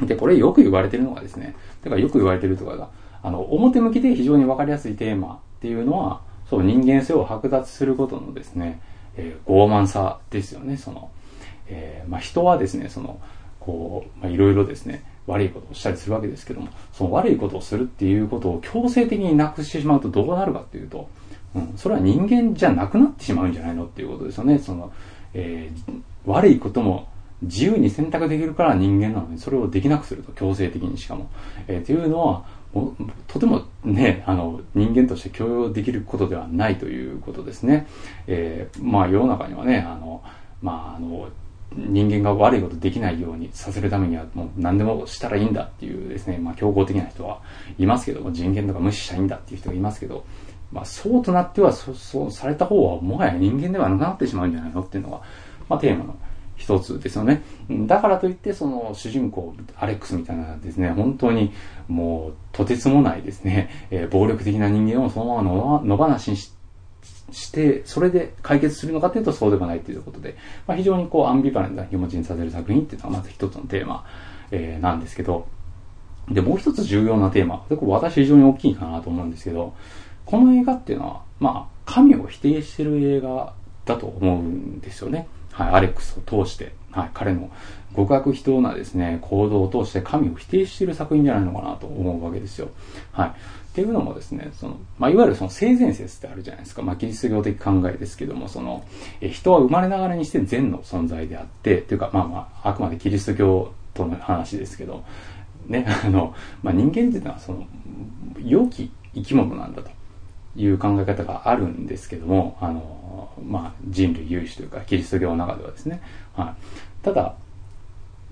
Speaker 1: で、これよく言われてるのがですね、だからよく言われてるとかが、あの、表向きで非常にわかりやすいテーマっていうのは、そう、人間性を剥奪することのですね、えー、傲慢さですよね、その、えー、まあ、人はですね、その、こう、まあ、いろいろですね、悪いことをしたりするわけですけども、その悪いことをするっていうことを強制的になくしてしまうとどうなるかっていうと、うん、それは人間じゃなくなってしまうんじゃないのっていうことですよね。その、えー、悪いことも自由に選択できるから人間なのに、それをできなくすると、強制的にしかも。えー、っていうのは、とてもね、あの、人間として許容できることではないということですね。えー、まあ世の中にはね、あの、まああの、人間が悪いことできないようにさせるためにはもう何でもしたらいいんだっていうですね、まあ強硬的な人はいますけども、人権とか無視したらいいんだっていう人がいますけど、まあそうとなっては、そう、そうされた方はもはや人間ではなくなってしまうんじゃないのっていうのが、まあテーマの一つですよね。だからといって、その主人公、アレックスみたいなですね、本当にもうとてつもないですね、えー、暴力的な人間をそのまま野放しにして、して、それで解決するのかというとそうではないということで、まあ、非常にこうアンビバレントな気持ちにさせる作品っていうのがまず一つのテーマ、えー、なんですけど、で、もう一つ重要なテーマ、これ私非常に大きいかなと思うんですけど、この映画っていうのは、まあ、神を否定している映画だと思うんですよね。はい、アレックスを通して、はい、彼の極悪非道なですね、行動を通して神を否定している作品じゃないのかなと思うわけですよ。はい。っていうのもですね、その、まあ、いわゆるその性善説ってあるじゃないですか。まあ、キリスト教的考えですけども、その、え人は生まれながらにして善の存在であって、というか、まあまあ、あくまでキリスト教との話ですけど、ね、あの、まあ、人間っていうのはその、良き生き物なんだという考え方があるんですけども、あの、まあ、人類有志というか、キリスト教の中ではですね。はい。ただ、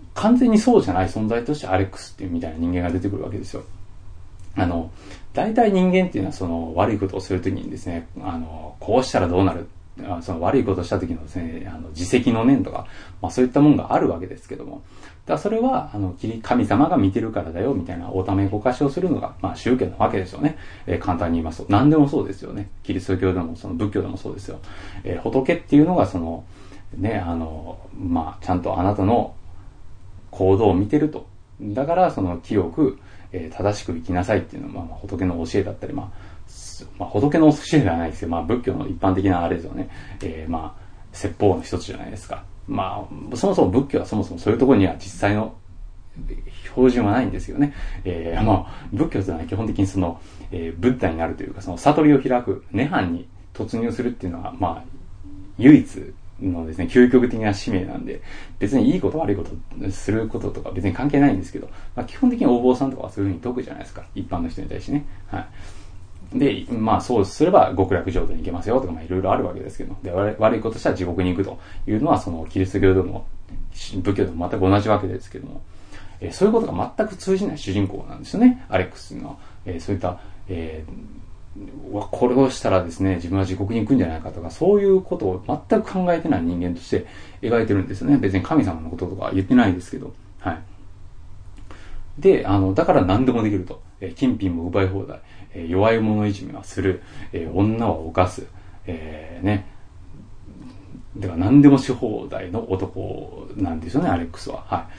Speaker 1: 完全にそうじゃない存在としてアレックスっていうみたいな人間が出てくるわけですよ。あの、大体人間っていうのはその悪いことをするときにですね、あの、こうしたらどうなる、その悪いことをした時のですね、あの自責の念とか、まあそういったものがあるわけですけども、だからそれは、あの、神様が見てるからだよ、みたいなおためごかしをするのが、まあ宗教なわけですよね。えー、簡単に言いますと。何でもそうですよね。キリスト教でも、その仏教でもそうですよ。えー、仏っていうのがその、ね、あの、まあちゃんとあなたの行動を見てると。だから、その清く、えー、正しく生きなさいっていうのは、まあ、仏の教えだったり、まあ、まあ、仏の教えではないですけど、まあ、仏教の一般的なあれですよね。えー、まあ、説法の一つじゃないですか。まあ、そもそも仏教はそもそもそういうところには実際の標準はないんですよね。えー、まあ、仏教というのは基本的にその、えー、ブッダになるというか、その悟りを開く、涅槃に突入するっていうのは、まあ、唯一のですね、究極的な使命なんで、別にいいこと悪いことすることとか別に関係ないんですけど、まあ、基本的にお坊さんとかはそういうふうに説くじゃないですか。一般の人に対してね。はい。で、まあそうすれば極楽浄土に行けますよとか、まあいろいろあるわけですけど、で、悪いことしたら地獄に行くというのは、そのキリスト教でも、仏教でも全く同じわけですけども、えー、そういうことが全く通じない主人公なんですよね。アレックスの、えー、そういった、えーこれをしたらですね、自分は地獄に行くんじゃないかとか、そういうことを全く考えてない人間として描いてるんですよね。別に神様のこととか言ってないですけど。はい。で、あの、だから何でもできると。えー、金品も奪い放題。えー、弱い者いじめはする。えー、女は犯す。えー、ね。だから何でもし放題の男なんですよね、アレックスは。はい。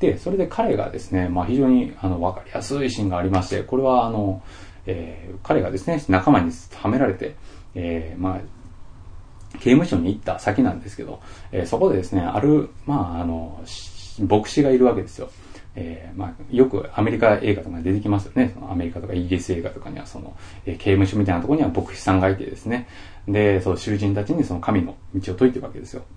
Speaker 1: で、それで彼がですね、まあ非常にあの、わかりやすいシーンがありまして、これはあの、えー、彼がですね、仲間にはめられて、えー、まあ、刑務所に行った先なんですけど、えー、そこでですね、ある、まあ、あの、牧師がいるわけですよ。えー、まあ、よくアメリカ映画とか出てきますよね。そのアメリカとかイギリス映画とかには、その、えー、刑務所みたいなところには牧師さんがいてですね、で、そう、囚人たちにその神の道を説いてるわけですよ。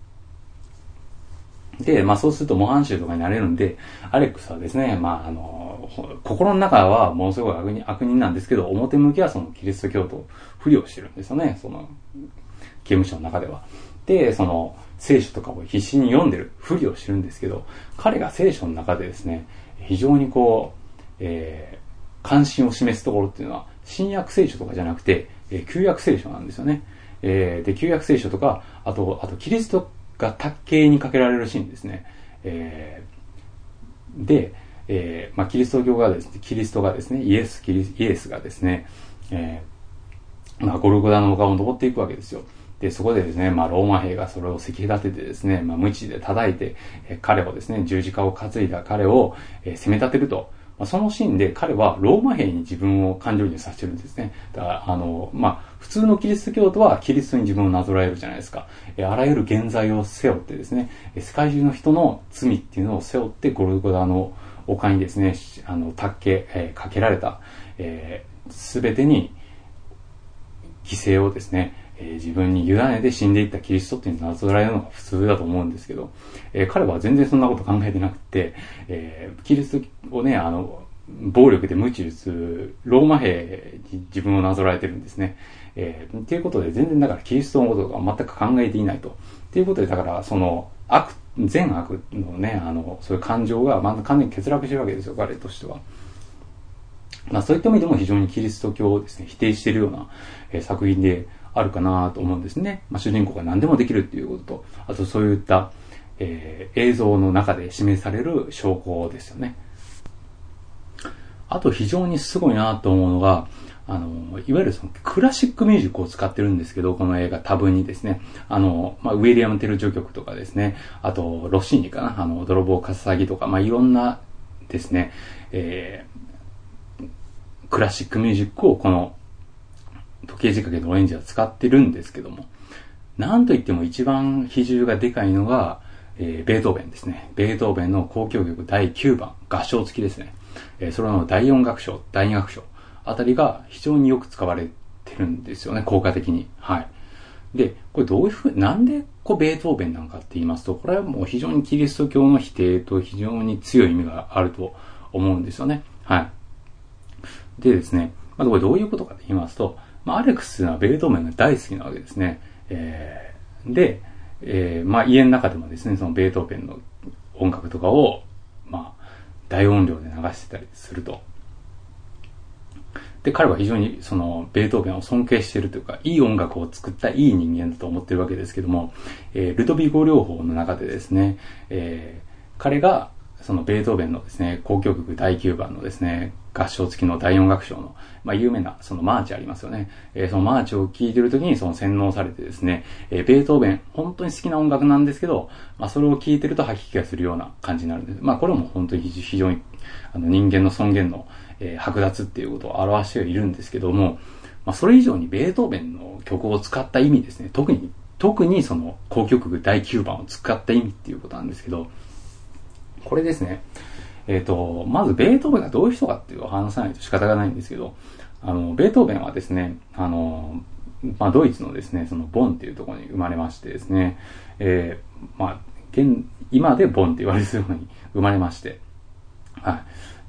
Speaker 1: で、まあそうすると模範囚とかになれるんで、アレックスはですね、まああの、心の中はものすごい悪人、悪人なんですけど、表向きはそのキリスト教徒不利をしてるんですよね、その、刑務所の中では。で、その、聖書とかを必死に読んでる、不利をしてるんですけど、彼が聖書の中でですね、非常にこう、えー、関心を示すところっていうのは、新約聖書とかじゃなくて、えー、旧約聖書なんですよね。えー、で、旧約聖書とか、あと、あとキリストが卓形にかけられるシーンですね。えー、で、えー、まあ、キリスト教がですね、キリストがですね、イエス、キリイエスがですね、えー、まあ、ゴルゴダの丘を登っていくわけですよ。で、そこでですね、まあ、ローマ兵がそれを石立ててですね、まあ、鞭で叩いて、えー、彼をですね、十字架を担いだ彼を、えー、攻め立てると。まあ、そのシーンで彼はローマ兵に自分を感情移入させてるんですね。だから、あの、まあ、普通のキリスト教徒はキリストに自分をなぞらえるじゃないですか。えあらゆる現在を背負ってですね、世界中の人の罪っていうのを背負ってゴルゴダの丘にですね、あの、卓形、えー、かけられた、えー、全てに犠牲をですね、えー、自分に委ねて死んでいったキリストっていうのをなぞらえるのが普通だと思うんですけど、えー、彼は全然そんなこと考えてなくて、えー、キリストをね、あの、暴力で鞭打つローマ兵に自分をなぞらえてるんですね。えー、っていうことで全然だからキリストのこととか全く考えていないと。っていうことでだからその悪、善悪のね、あの、そういう感情がまだ完全に欠落してるわけですよ、彼としては。まあそういった意味でも非常にキリスト教をですね、否定しているような、えー、作品であるかなと思うんですね。まあ主人公が何でもできるっていうことと、あとそういった、えー、映像の中で示される証拠ですよね。あと非常にすごいなと思うのが、あの、いわゆるそのクラシックミュージックを使ってるんですけど、この映画多分にですね、あの、まあ、ウィリアム・テル序曲とかですね、あと、ロッシーニかな、あの、泥棒カサギとか、まあ、いろんなですね、えー、クラシックミュージックをこの時計仕掛けのオレンジは使ってるんですけども、なんといっても一番比重がでかいのが、えー、ベートーベンですね。ベートーベンの交響曲だいきゅうばん、合唱付きですね。えー、それのだいよん楽章、だいに楽章あたりが非常によく使われてるんですよね、効果的に。はい。で、これどういうふう、なんでこうベートーベンなんかって言いますと、これはもう非常にキリスト教の否定と非常に強い意味があると思うんですよね。はい。でですね、まあ、これどういうことかと言いますと、まあ、アレックスというのはベートーベンが大好きなわけですね。えー、で、えー、まあ家の中でもですね、そのベートーベンの音楽とかを大音量で流してたりすると。で、彼は非常にそのベートーベンを尊敬しているというか、いい音楽を作ったいい人間だと思ってるわけですけども、えー、ルドビゴ療法の中でですね、えー、彼がそのベートーベンのですね、交響曲だいきゅうばんのですね、合唱付きのだいよん楽章の、まあ、有名なそのマーチありますよね。えー、そのマーチを聴いてる時にその洗脳されてですね、えー、ベートーベン、本当に好きな音楽なんですけど、まあ、それを聴いてると吐き気がするような感じになるんです。まあ、これも本当に非常にあの人間の尊厳のえー、剥奪っていうことを表してはいるんですけども、まあ、それ以上にベートーベンの曲を使った意味ですね。特に、特にその交響曲だいきゅうばんを使った意味っていうことなんですけど、これですね。えっと、まずベートーベンがどういう人かっていうのを話さないと仕方がないんですけど、あの、ベートーベンはですね、あの、まあ、ドイツのですね、そのボンっていうところに生まれましてですね、えー、まあ、現、今でボンって言われるように生まれまして、はい。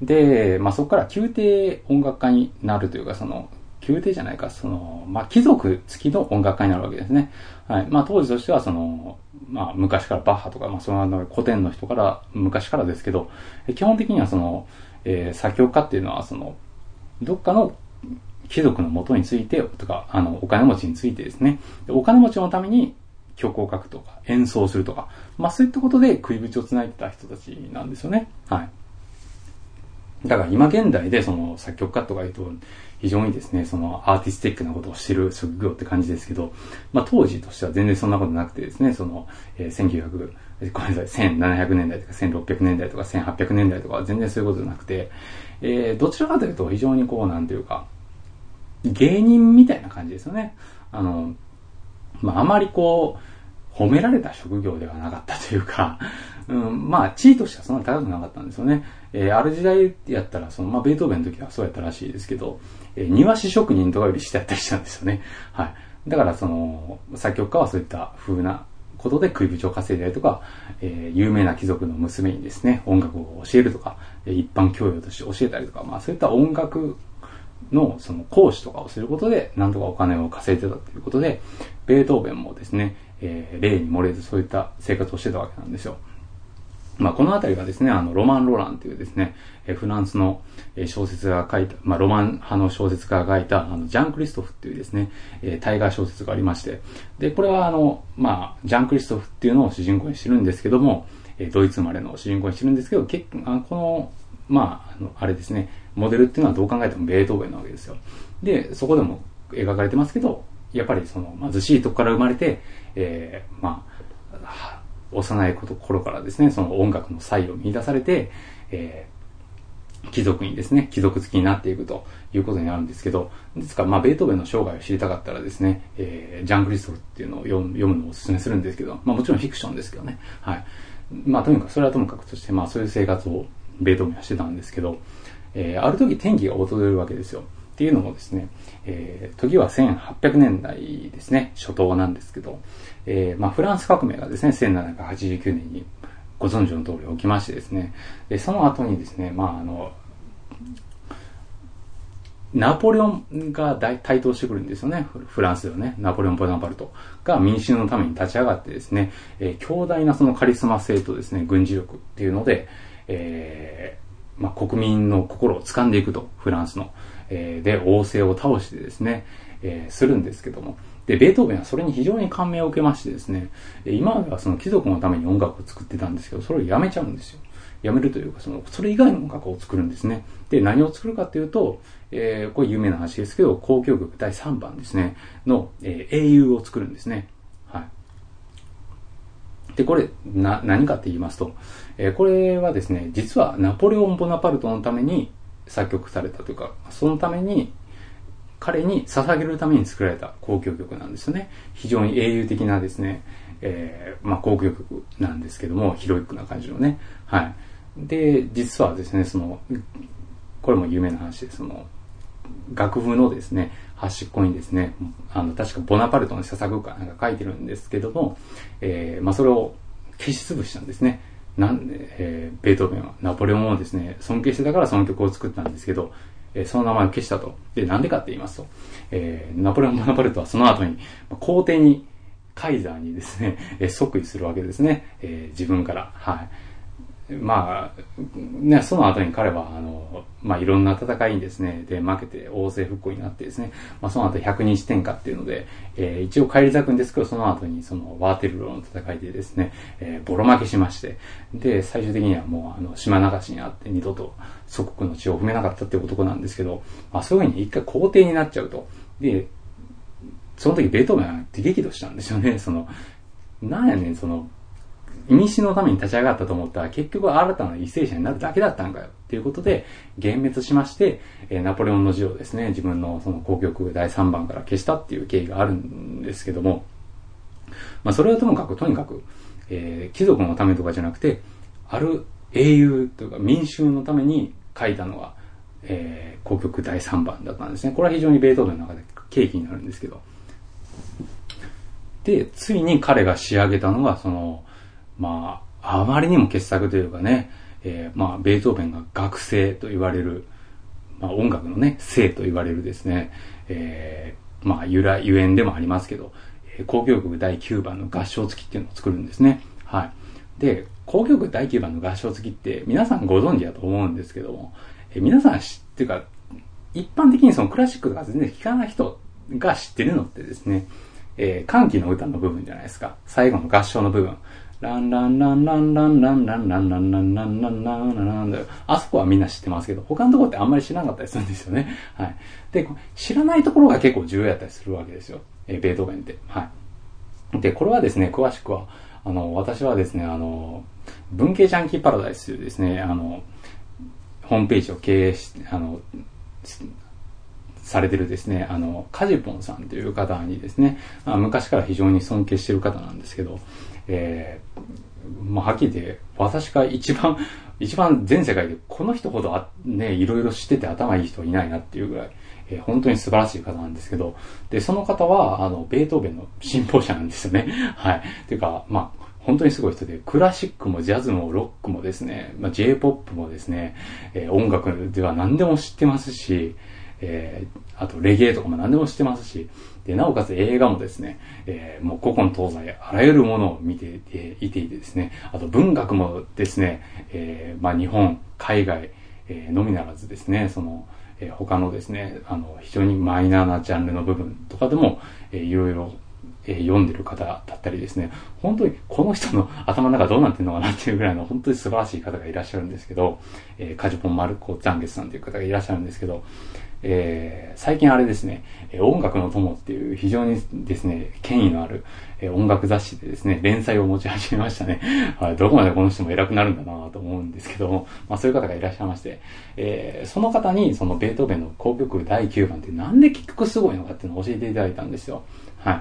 Speaker 1: で、まあ、そこから宮廷音楽家になるというか、その、宮廷じゃないか、その、まあ、貴族付きの音楽家になるわけですね。はい。まあ、当時としては、その、まあ、昔からバッハとか、まあ、その古典の人から、昔からですけど、基本的にはその、えー、作曲家っていうのは、その、どっかの貴族の元について、とか、あの、お金持ちについてですね、お金持ちのために曲を書くとか、演奏するとか、まあ、そういったことで食いぶちをつないでた人たちなんですよね。はい。だから今現代でその作曲家とか言うと非常にですね、そのアーティスティックなことをしてる職業って感じですけど、まあ当時としては全然そんなことなくてですね、その、えー、せんきゅうひゃく、ごめんなさい、せんななひゃくねんだいとかせんろっぴゃくねんだいとかせんはっぴゃくねんだいとかは全然そういうことじゃなくて、えー、どちらかというと非常にこうなんていうか、芸人みたいな感じですよね。あの、まああまりこう、褒められた職業ではなかったというか、うん、まあ地位としてはそんな高くなかったんですよね。えー、ある時代やったら、その、まあ、ベートーベンの時はそうやったらしいですけど、えー、庭師職人とかより下やったりしたんですよね。はい。だから、その、作曲家はそういった風なことで食いぶちを稼いだりとか、えー、有名な貴族の娘にですね、音楽を教えるとか、一般教養として教えたりとか、まあ、そういった音楽の、その、講師とかをすることで、なんとかお金を稼いでたということで、ベートーベンもですね、えー、例に漏れずそういった生活をしてたわけなんですよ。まあ、このあたりがですね、あの、ロマン・ロランというですね、えフランスの小説が書いた、まあ、ロマン派の小説家が書いた、あの、ジャン・クリストフっていうですね、え大河小説がありまして、で、これはあの、まあ、ジャン・クリストフっていうのを主人公にしてるんですけども、えドイツ生まれの主人公にしてるんですけど、結構、あこの、まあ、あの、あれですね、モデルっていうのはどう考えてもベートーベンなわけですよ。で、そこでも描かれてますけど、やっぱりその貧しいとこから生まれて、えー、まあ、幼い頃からですね、その音楽の才を見出されて、えー、貴族にですね、貴族付きになっていくということになるんですけど、ですから、まあ、ベートーベンの生涯を知りたかったらですね、えー、ジャン・クリストフっていうのを読む、読むのをお勧めするんですけど、まあ、もちろんフィクションですけどね、はい。まあ、とにかく、それはともかくとして、まあ、そういう生活をベートーベンはしてたんですけど、えー、ある時転機が訪れるわけですよ。っていうのもですね、えー、時はせんはっぴゃくねんだいですね、初頭なんですけど、えー、まあフランス革命がですね、せんななひゃくはちじゅうきゅうねんにご存知の通り起きましてですね、でその後にですね、まああの、ナポレオンが台頭してくるんですよね、フランスではね、ナポレオン・ボナパルトが民衆のために立ち上がってですね、えー、強大なそのカリスマ性とですね、軍事力っていうので、えー、まあ国民の心を掴んでいくと、フランスの。えー、で、王政を倒してですね、えー、するんですけども。で、ベートーベンはそれに非常に感銘を受けましてですね、今まではその貴族のために音楽を作ってたんですけど、それをやめちゃうんですよ。やめるというか、その、それ以外の音楽を作るんですね。で、何を作るかっていうと、えー、これ有名な話ですけど、交響曲だいさんばんですね、の、えー、英雄を作るんですね。はい。で、これ、な、何かって言いますと、えー、これはですね、実はナポレオン・ボナパルトのために作曲されたというか、そのために、彼に捧げるために作られた交響曲なんですよね。非常に英雄的なですね、えー、まあ交響曲なんですけども、ヒロイックな感じのね。はい。で、実はですね、その、これも有名な話で、その、楽譜のですね、端っこにですね、あの、確かボナパルトの著作かなんか書いてるんですけども、えー、まあそれを消し潰したんですね。なんで、えー、ベートーベンはナポレオンをですね、尊敬してたからその曲を作ったんですけど、えー、その名前を消したと。で、なんでかって言いますと、えー、ナポレオン・ボナパルトはその後に、皇帝に、カイザーにですね、えー、即位するわけですね。えー、自分から。はい。 まあ、ね、その後に彼は、あの、まあ、いろんな戦いにですね、で、負けて王政復古になってですね、まあ、その後百日天下っていうので、えー、一応返り咲くんですけど、その後にそのワーテルローの戦いでですね、えー、ボロ負けしまして、で、最終的にはもう、あの、島流しにあって二度と祖国の血を踏めなかったっていう男なんですけど、まあ、そういうふうに一回皇帝になっちゃうと。で、その時ベートーベンは激怒したんですよね、その、なんやねん、その、意味深のために立ち上がったと思ったら結局新たな為政者になるだけだったんかよっていうことで幻滅しまして、えー、ナポレオンの字をですね、自分のその交響曲だいさんばんから消したっていう経緯があるんですけども、まあそれはともかくとにかく、えー、貴族のためとかじゃなくて、ある英雄というか民衆のために書いたのが、えー、交響曲だいさんばんだったんですね。これは非常にベートーベンの中で契機になるんですけど。で、ついに彼が仕上げたのがその、まあ、あまりにも傑作というかね、えー、まあ、ベートーベンが学生と言われる、まあ、音楽のね、聖と言われるですね、えー、まあ、由来、ゆえんでもありますけど、交響曲だいきゅうばんの合唱付きっていうのを作るんですね。はい。で、交響曲だいきゅうばんの合唱付きって皆さんご存知だと思うんですけども、えー、皆さん知っていうか、一般的にそのクラシックとか全然聴かない人が知ってるのってですね、えー、歓喜の歌の部分じゃないですか。最後の合唱の部分。ランランランランランランランランランランランランランランランラン、あそこはみんな知ってますけど、他のところってあんまり知らなかったりするんですよね。はい。で、知らないところが結構重要だったりするわけですよ。えー、ベートーベンって。はい。で、これはですね、詳しくは、あの、私はですね、あの、文系ジャンキーパラダイスというですね、あの、ホームページを経営し、あの、されてるですね、あの、カジポンさんという方にですね、まあ、昔から非常に尊敬している方なんですけど、えー、まあ、はっきり言って、私が一番、一番全世界でこの人ほどあ、ね、いろいろ知ってて頭いい人はいないなっていうぐらい、えー、本当に素晴らしい方なんですけど、で、その方は、あの、ベートーベンの信奉者なんですよね。はい。っていうか、まあ、本当にすごい人で、クラシックもジャズもロックもですね、まあ、J-ポップ もですね、えー、音楽では何でも知ってますし、えー、あとレゲエとかも何でも知ってますし、で、なおかつ映画もですね、えー、もう古今東西あらゆるものを見ていていてですね、あと文学もですね、えー、まあ日本、海外、えー、のみならずですね、その、えー、他のですね、あの、非常にマイナーなジャンルの部分とかでも、えー、いろいろ、えー、読んでる方だったりですね、本当にこの人の頭の中どうなってるのかなっていうぐらいの本当に素晴らしい方がいらっしゃるんですけど、えー、カジュポン・マルコ・ザンゲスさんという方がいらっしゃるんですけど、えー、最近あれですね、音楽の友っていう非常にですね、権威のある音楽雑誌でですね、連載を持ち始めましたね。はい、どこまでこの人も偉くなるんだなと思うんですけども、まあそういう方がいらっしゃいまして、えー、その方にそのベートーベンの交響曲だいきゅうばんってなんで結局すごいのかっていうのを教えていただいたんですよ。はい。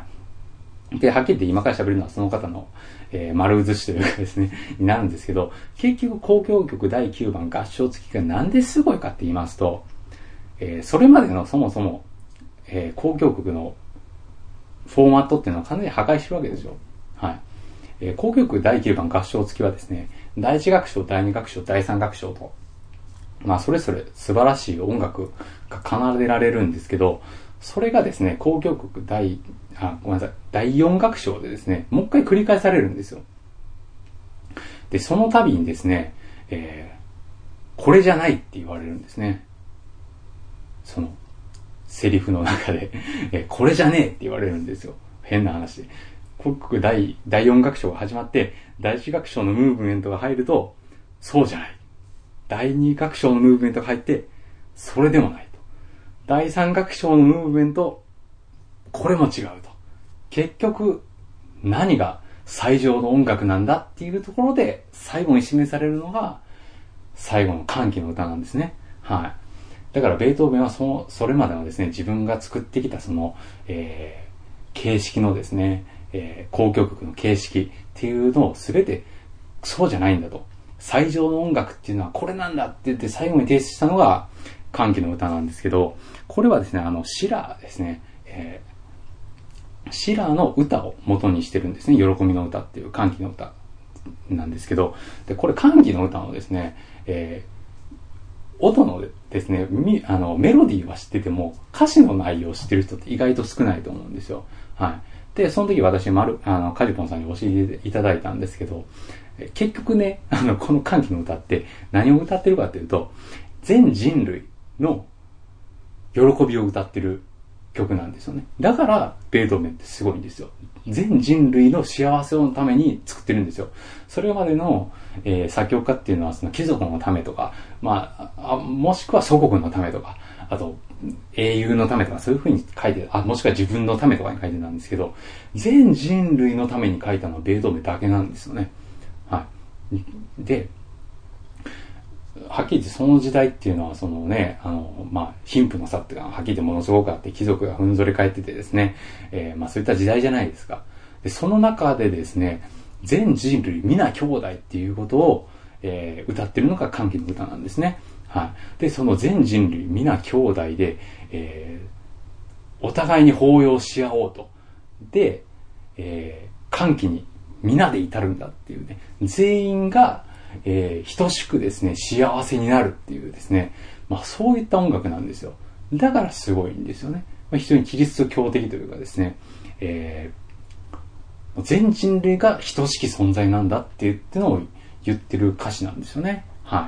Speaker 1: で、はっきり言って今から喋るのはその方の、えー、丸写しというかですね、になるんですけど、結局交響曲だいきゅうばん合唱付きがなんですごいかって言いますと、えー、それまでのそもそも、えー、交響曲のフォーマットっていうのは完全に破壊してるわけですよ。はい。えー、交響曲だいきゅうばん合唱付きはですね、だいいち楽章、だいに楽章、だいさん楽章と、まあそれぞれ素晴らしい音楽が奏でられるんですけど、それがですね、交響曲第、あ、ごめんなさい、だいよん楽章でですね、もう一回繰り返されるんですよ。で、その度にですね、えー、これじゃないって言われるんですね。その、セリフの中で、え、これじゃねえって言われるんですよ。変な話で。交響曲第、だいよん楽章が始まって、だいいち楽章のムーブメントが入ると、そうじゃない。だいに楽章のムーブメントが入って、それでもないと。だいさん楽章のムーブメント、これも違うと。結局、何が最上の音楽なんだっていうところで、最後に示されるのが、最後の歓喜の歌なんですね。はい。だからベートーベンはその、それまでのですね、自分が作ってきたその、えー、形式のですね、えー、交響曲の形式っていうのをすべてそうじゃないんだと。最上の音楽っていうのはこれなんだって言って最後に提出したのが歓喜の歌なんですけど、これはですね、あの、シラーですね、えー、シラーの歌を元にしてるんですね。喜びの歌っていう歓喜の歌なんですけど、で、これ歓喜の歌のですね、えー音のですね、あの、メロディーは知ってても、歌詞の内容を知ってる人って意外と少ないと思うんですよ。はい。で、その時私、まる、あの、カジポンさんに教えていただいたんですけど、 結局ね、あの、この歓喜の歌って何を歌ってるかっていうと、全人類の喜びを歌ってる曲なんですよね。だから、ベートーベンってすごいんですよ。全人類の幸せのために作ってるんですよ。それまでの、えー、作曲家っていうのは、その貴族のためとか、まあ、あもしくは祖国のためとか、あと、英雄のためとか、そういう風に書いて、あ、もしくは自分のためとかに書いてたんですけど、全人類のために書いたのはベートーベンだけなんですよね。はい。で、はっきり言ってその時代っていうのは、そのね、あの、まあ、貧富の差っていうのははっきり言ってものすごくあって、貴族がふんぞり返っててですね、えー、まあそういった時代じゃないですか。で、その中でですね、全人類皆兄弟っていうことを、えー、歌ってるのが歓喜の歌なんですね。はい。で、その全人類皆兄弟で、えー、お互いに抱擁し合おうと。で、えー、歓喜に皆で至るんだっていうね、全員が、えー、等しくですね、幸せになるっていうですね、まあそういった音楽なんですよ。だからすごいんですよね。まあ、非常にキリスト教的というかですね、えー、全人類が等しき存在なんだって言ってのを言ってる歌詞なんですよね。はい。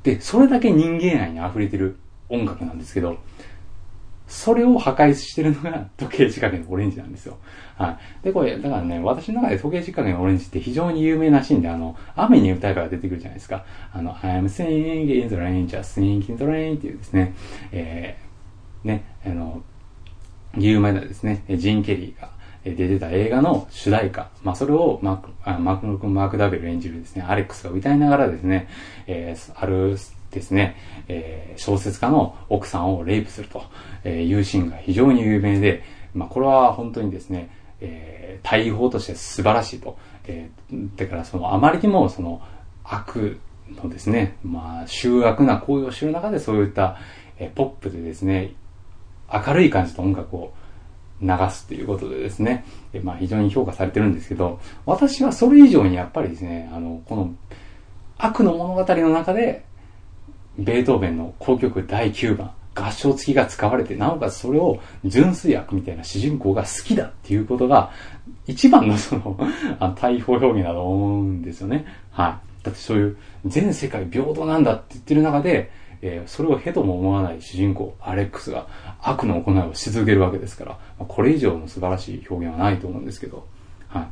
Speaker 1: で、それだけ人間愛に溢れてる音楽なんですけど、それを破壊してるのが時計仕掛けのオレンジなんですよ。はい。で、これ、だからね、私の中で時計仕掛けのオレンジって非常に有名なシーンで、あの、雨に歌えばが出てくるじゃないですか。あの、I'm singing in the rain, just singing in the rain っていうですね、えー、ね、あの、有名なですね、ジン・ケリーが出てた映画の主題歌。まあ、それをマーク、あマーク、マーク・ダベル演じるですね、アレックスが歌いながらですね、えー、ある、ですね、えー、小説家の奥さんをレイプするというシーンが非常に有名で、まあこれは本当にですね、えー、大法として素晴らしいと。えー、だからそのあまりにもその悪のですね、まあ醜悪な行為を知る中でそういった、えー、ポップでですね、明るい感じの音楽を流すということでですね、えー、まあ非常に評価されてるんですけど、私はそれ以上にやっぱりですね、あの、この悪の物語の中で、ベートーベンの交響曲だいきゅうばん、合唱付きが使われて、なおかつそれを純粋悪みたいな主人公が好きだっていうことが、一番のその、あの対比表現だと思うんですよね。はい。だってそういう全世界平等なんだって言ってる中で、えー、それをへとも思わない主人公、アレックスが悪の行いをし続けるわけですから、これ以上の素晴らしい表現はないと思うんですけど、はい。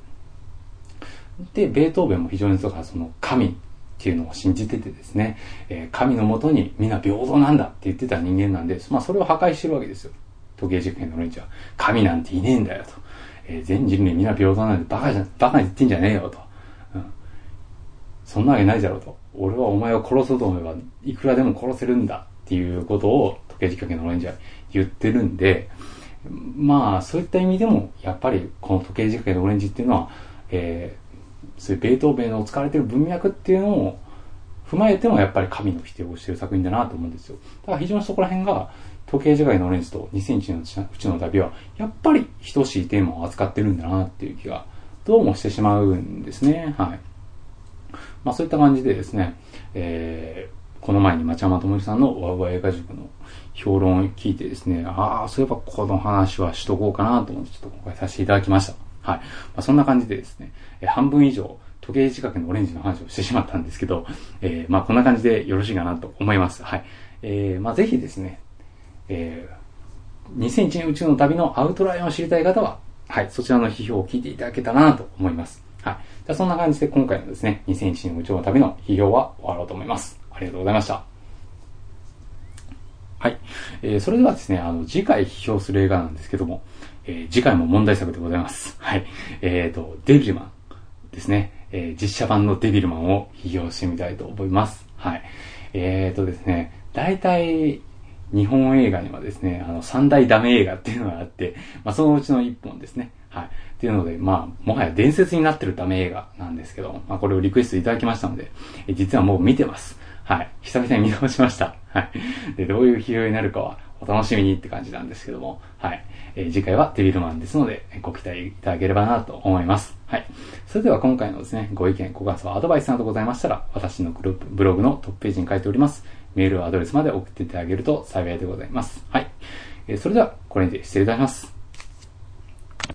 Speaker 1: で、ベートーベンも非常にその神、っていうのを信じててですね、えー、神のもとにみんな平等なんだって言ってた人間なんで、まあそれを破壊してるわけですよ。時計実験の連中は。神なんていねえんだよと。えー、全人類みんな平等なんてバカじゃ、バカに言ってんじゃねえよと。うん。そんなわけないだろうと。俺はお前を殺そうと思えばいくらでも殺せるんだっていうことを時計実験の連中は言ってるんで、まあそういった意味でもやっぱりこの時計実験のオレンジっていうのは、えーそういうベートーベンの使われている文脈っていうのを踏まえてもやっぱり神の否定をしている作品だなと思うんですよ。だから非常にそこら辺が時計仕掛けのオレンジとにせんいちねんのうちの旅はやっぱり等しいテーマを扱ってるんだなっていう気がどうもしてしまうんですね。はい。まあそういった感じでですね、えー、この前に町山智之さんのワウワウ映画塾の評論を聞いてですね、ああ、そういえばこの話はしとこうかなと思ってちょっと今回させていただきました。はい。まあ、そんな感じでですね、えー、半分以上時計仕掛けのオレンジの話をしてしまったんですけど、えー、まあこんな感じでよろしいかなと思います。はい。えー、まあぜひですね、えー、にせんいちねん宇宙の旅のアウトラインを知りたい方は、はい、そちらの批評を聞いていただけたらなと思います。はい。じゃあそんな感じで今回のですね、にせんいちねん宇宙の旅の批評は終わろうと思います。ありがとうございました。はい。えー、それではですね、あの、次回批評する映画なんですけども、えー、次回も問題作でございます。はい。えーと、デビルマンですね。えー、実写版のデビルマンを批評してみたいと思います。はい。えーとですね、大体、日本映画にはですね、あの、三大ダメ映画っていうのがあって、まあ、そのうちの一本ですね。はい。っていうので、まあ、もはや伝説になってるダメ映画なんですけど、まあ、これをリクエストいただきましたので、え実はもう見てます。はい。久々に見直しました。はい。で、どういう批評になるかは、お楽しみにって感じなんですけども、はい。えー、次回はデビルマンですので、ご期待いただければなと思います。はい。それでは今回のですね、ご意見、ご感想、アドバイスなどございましたら、私のブログのトップページに書いております、メールアドレスまで送っていただけると幸いでございます。はい。えー、それでは、これにて失礼いたします。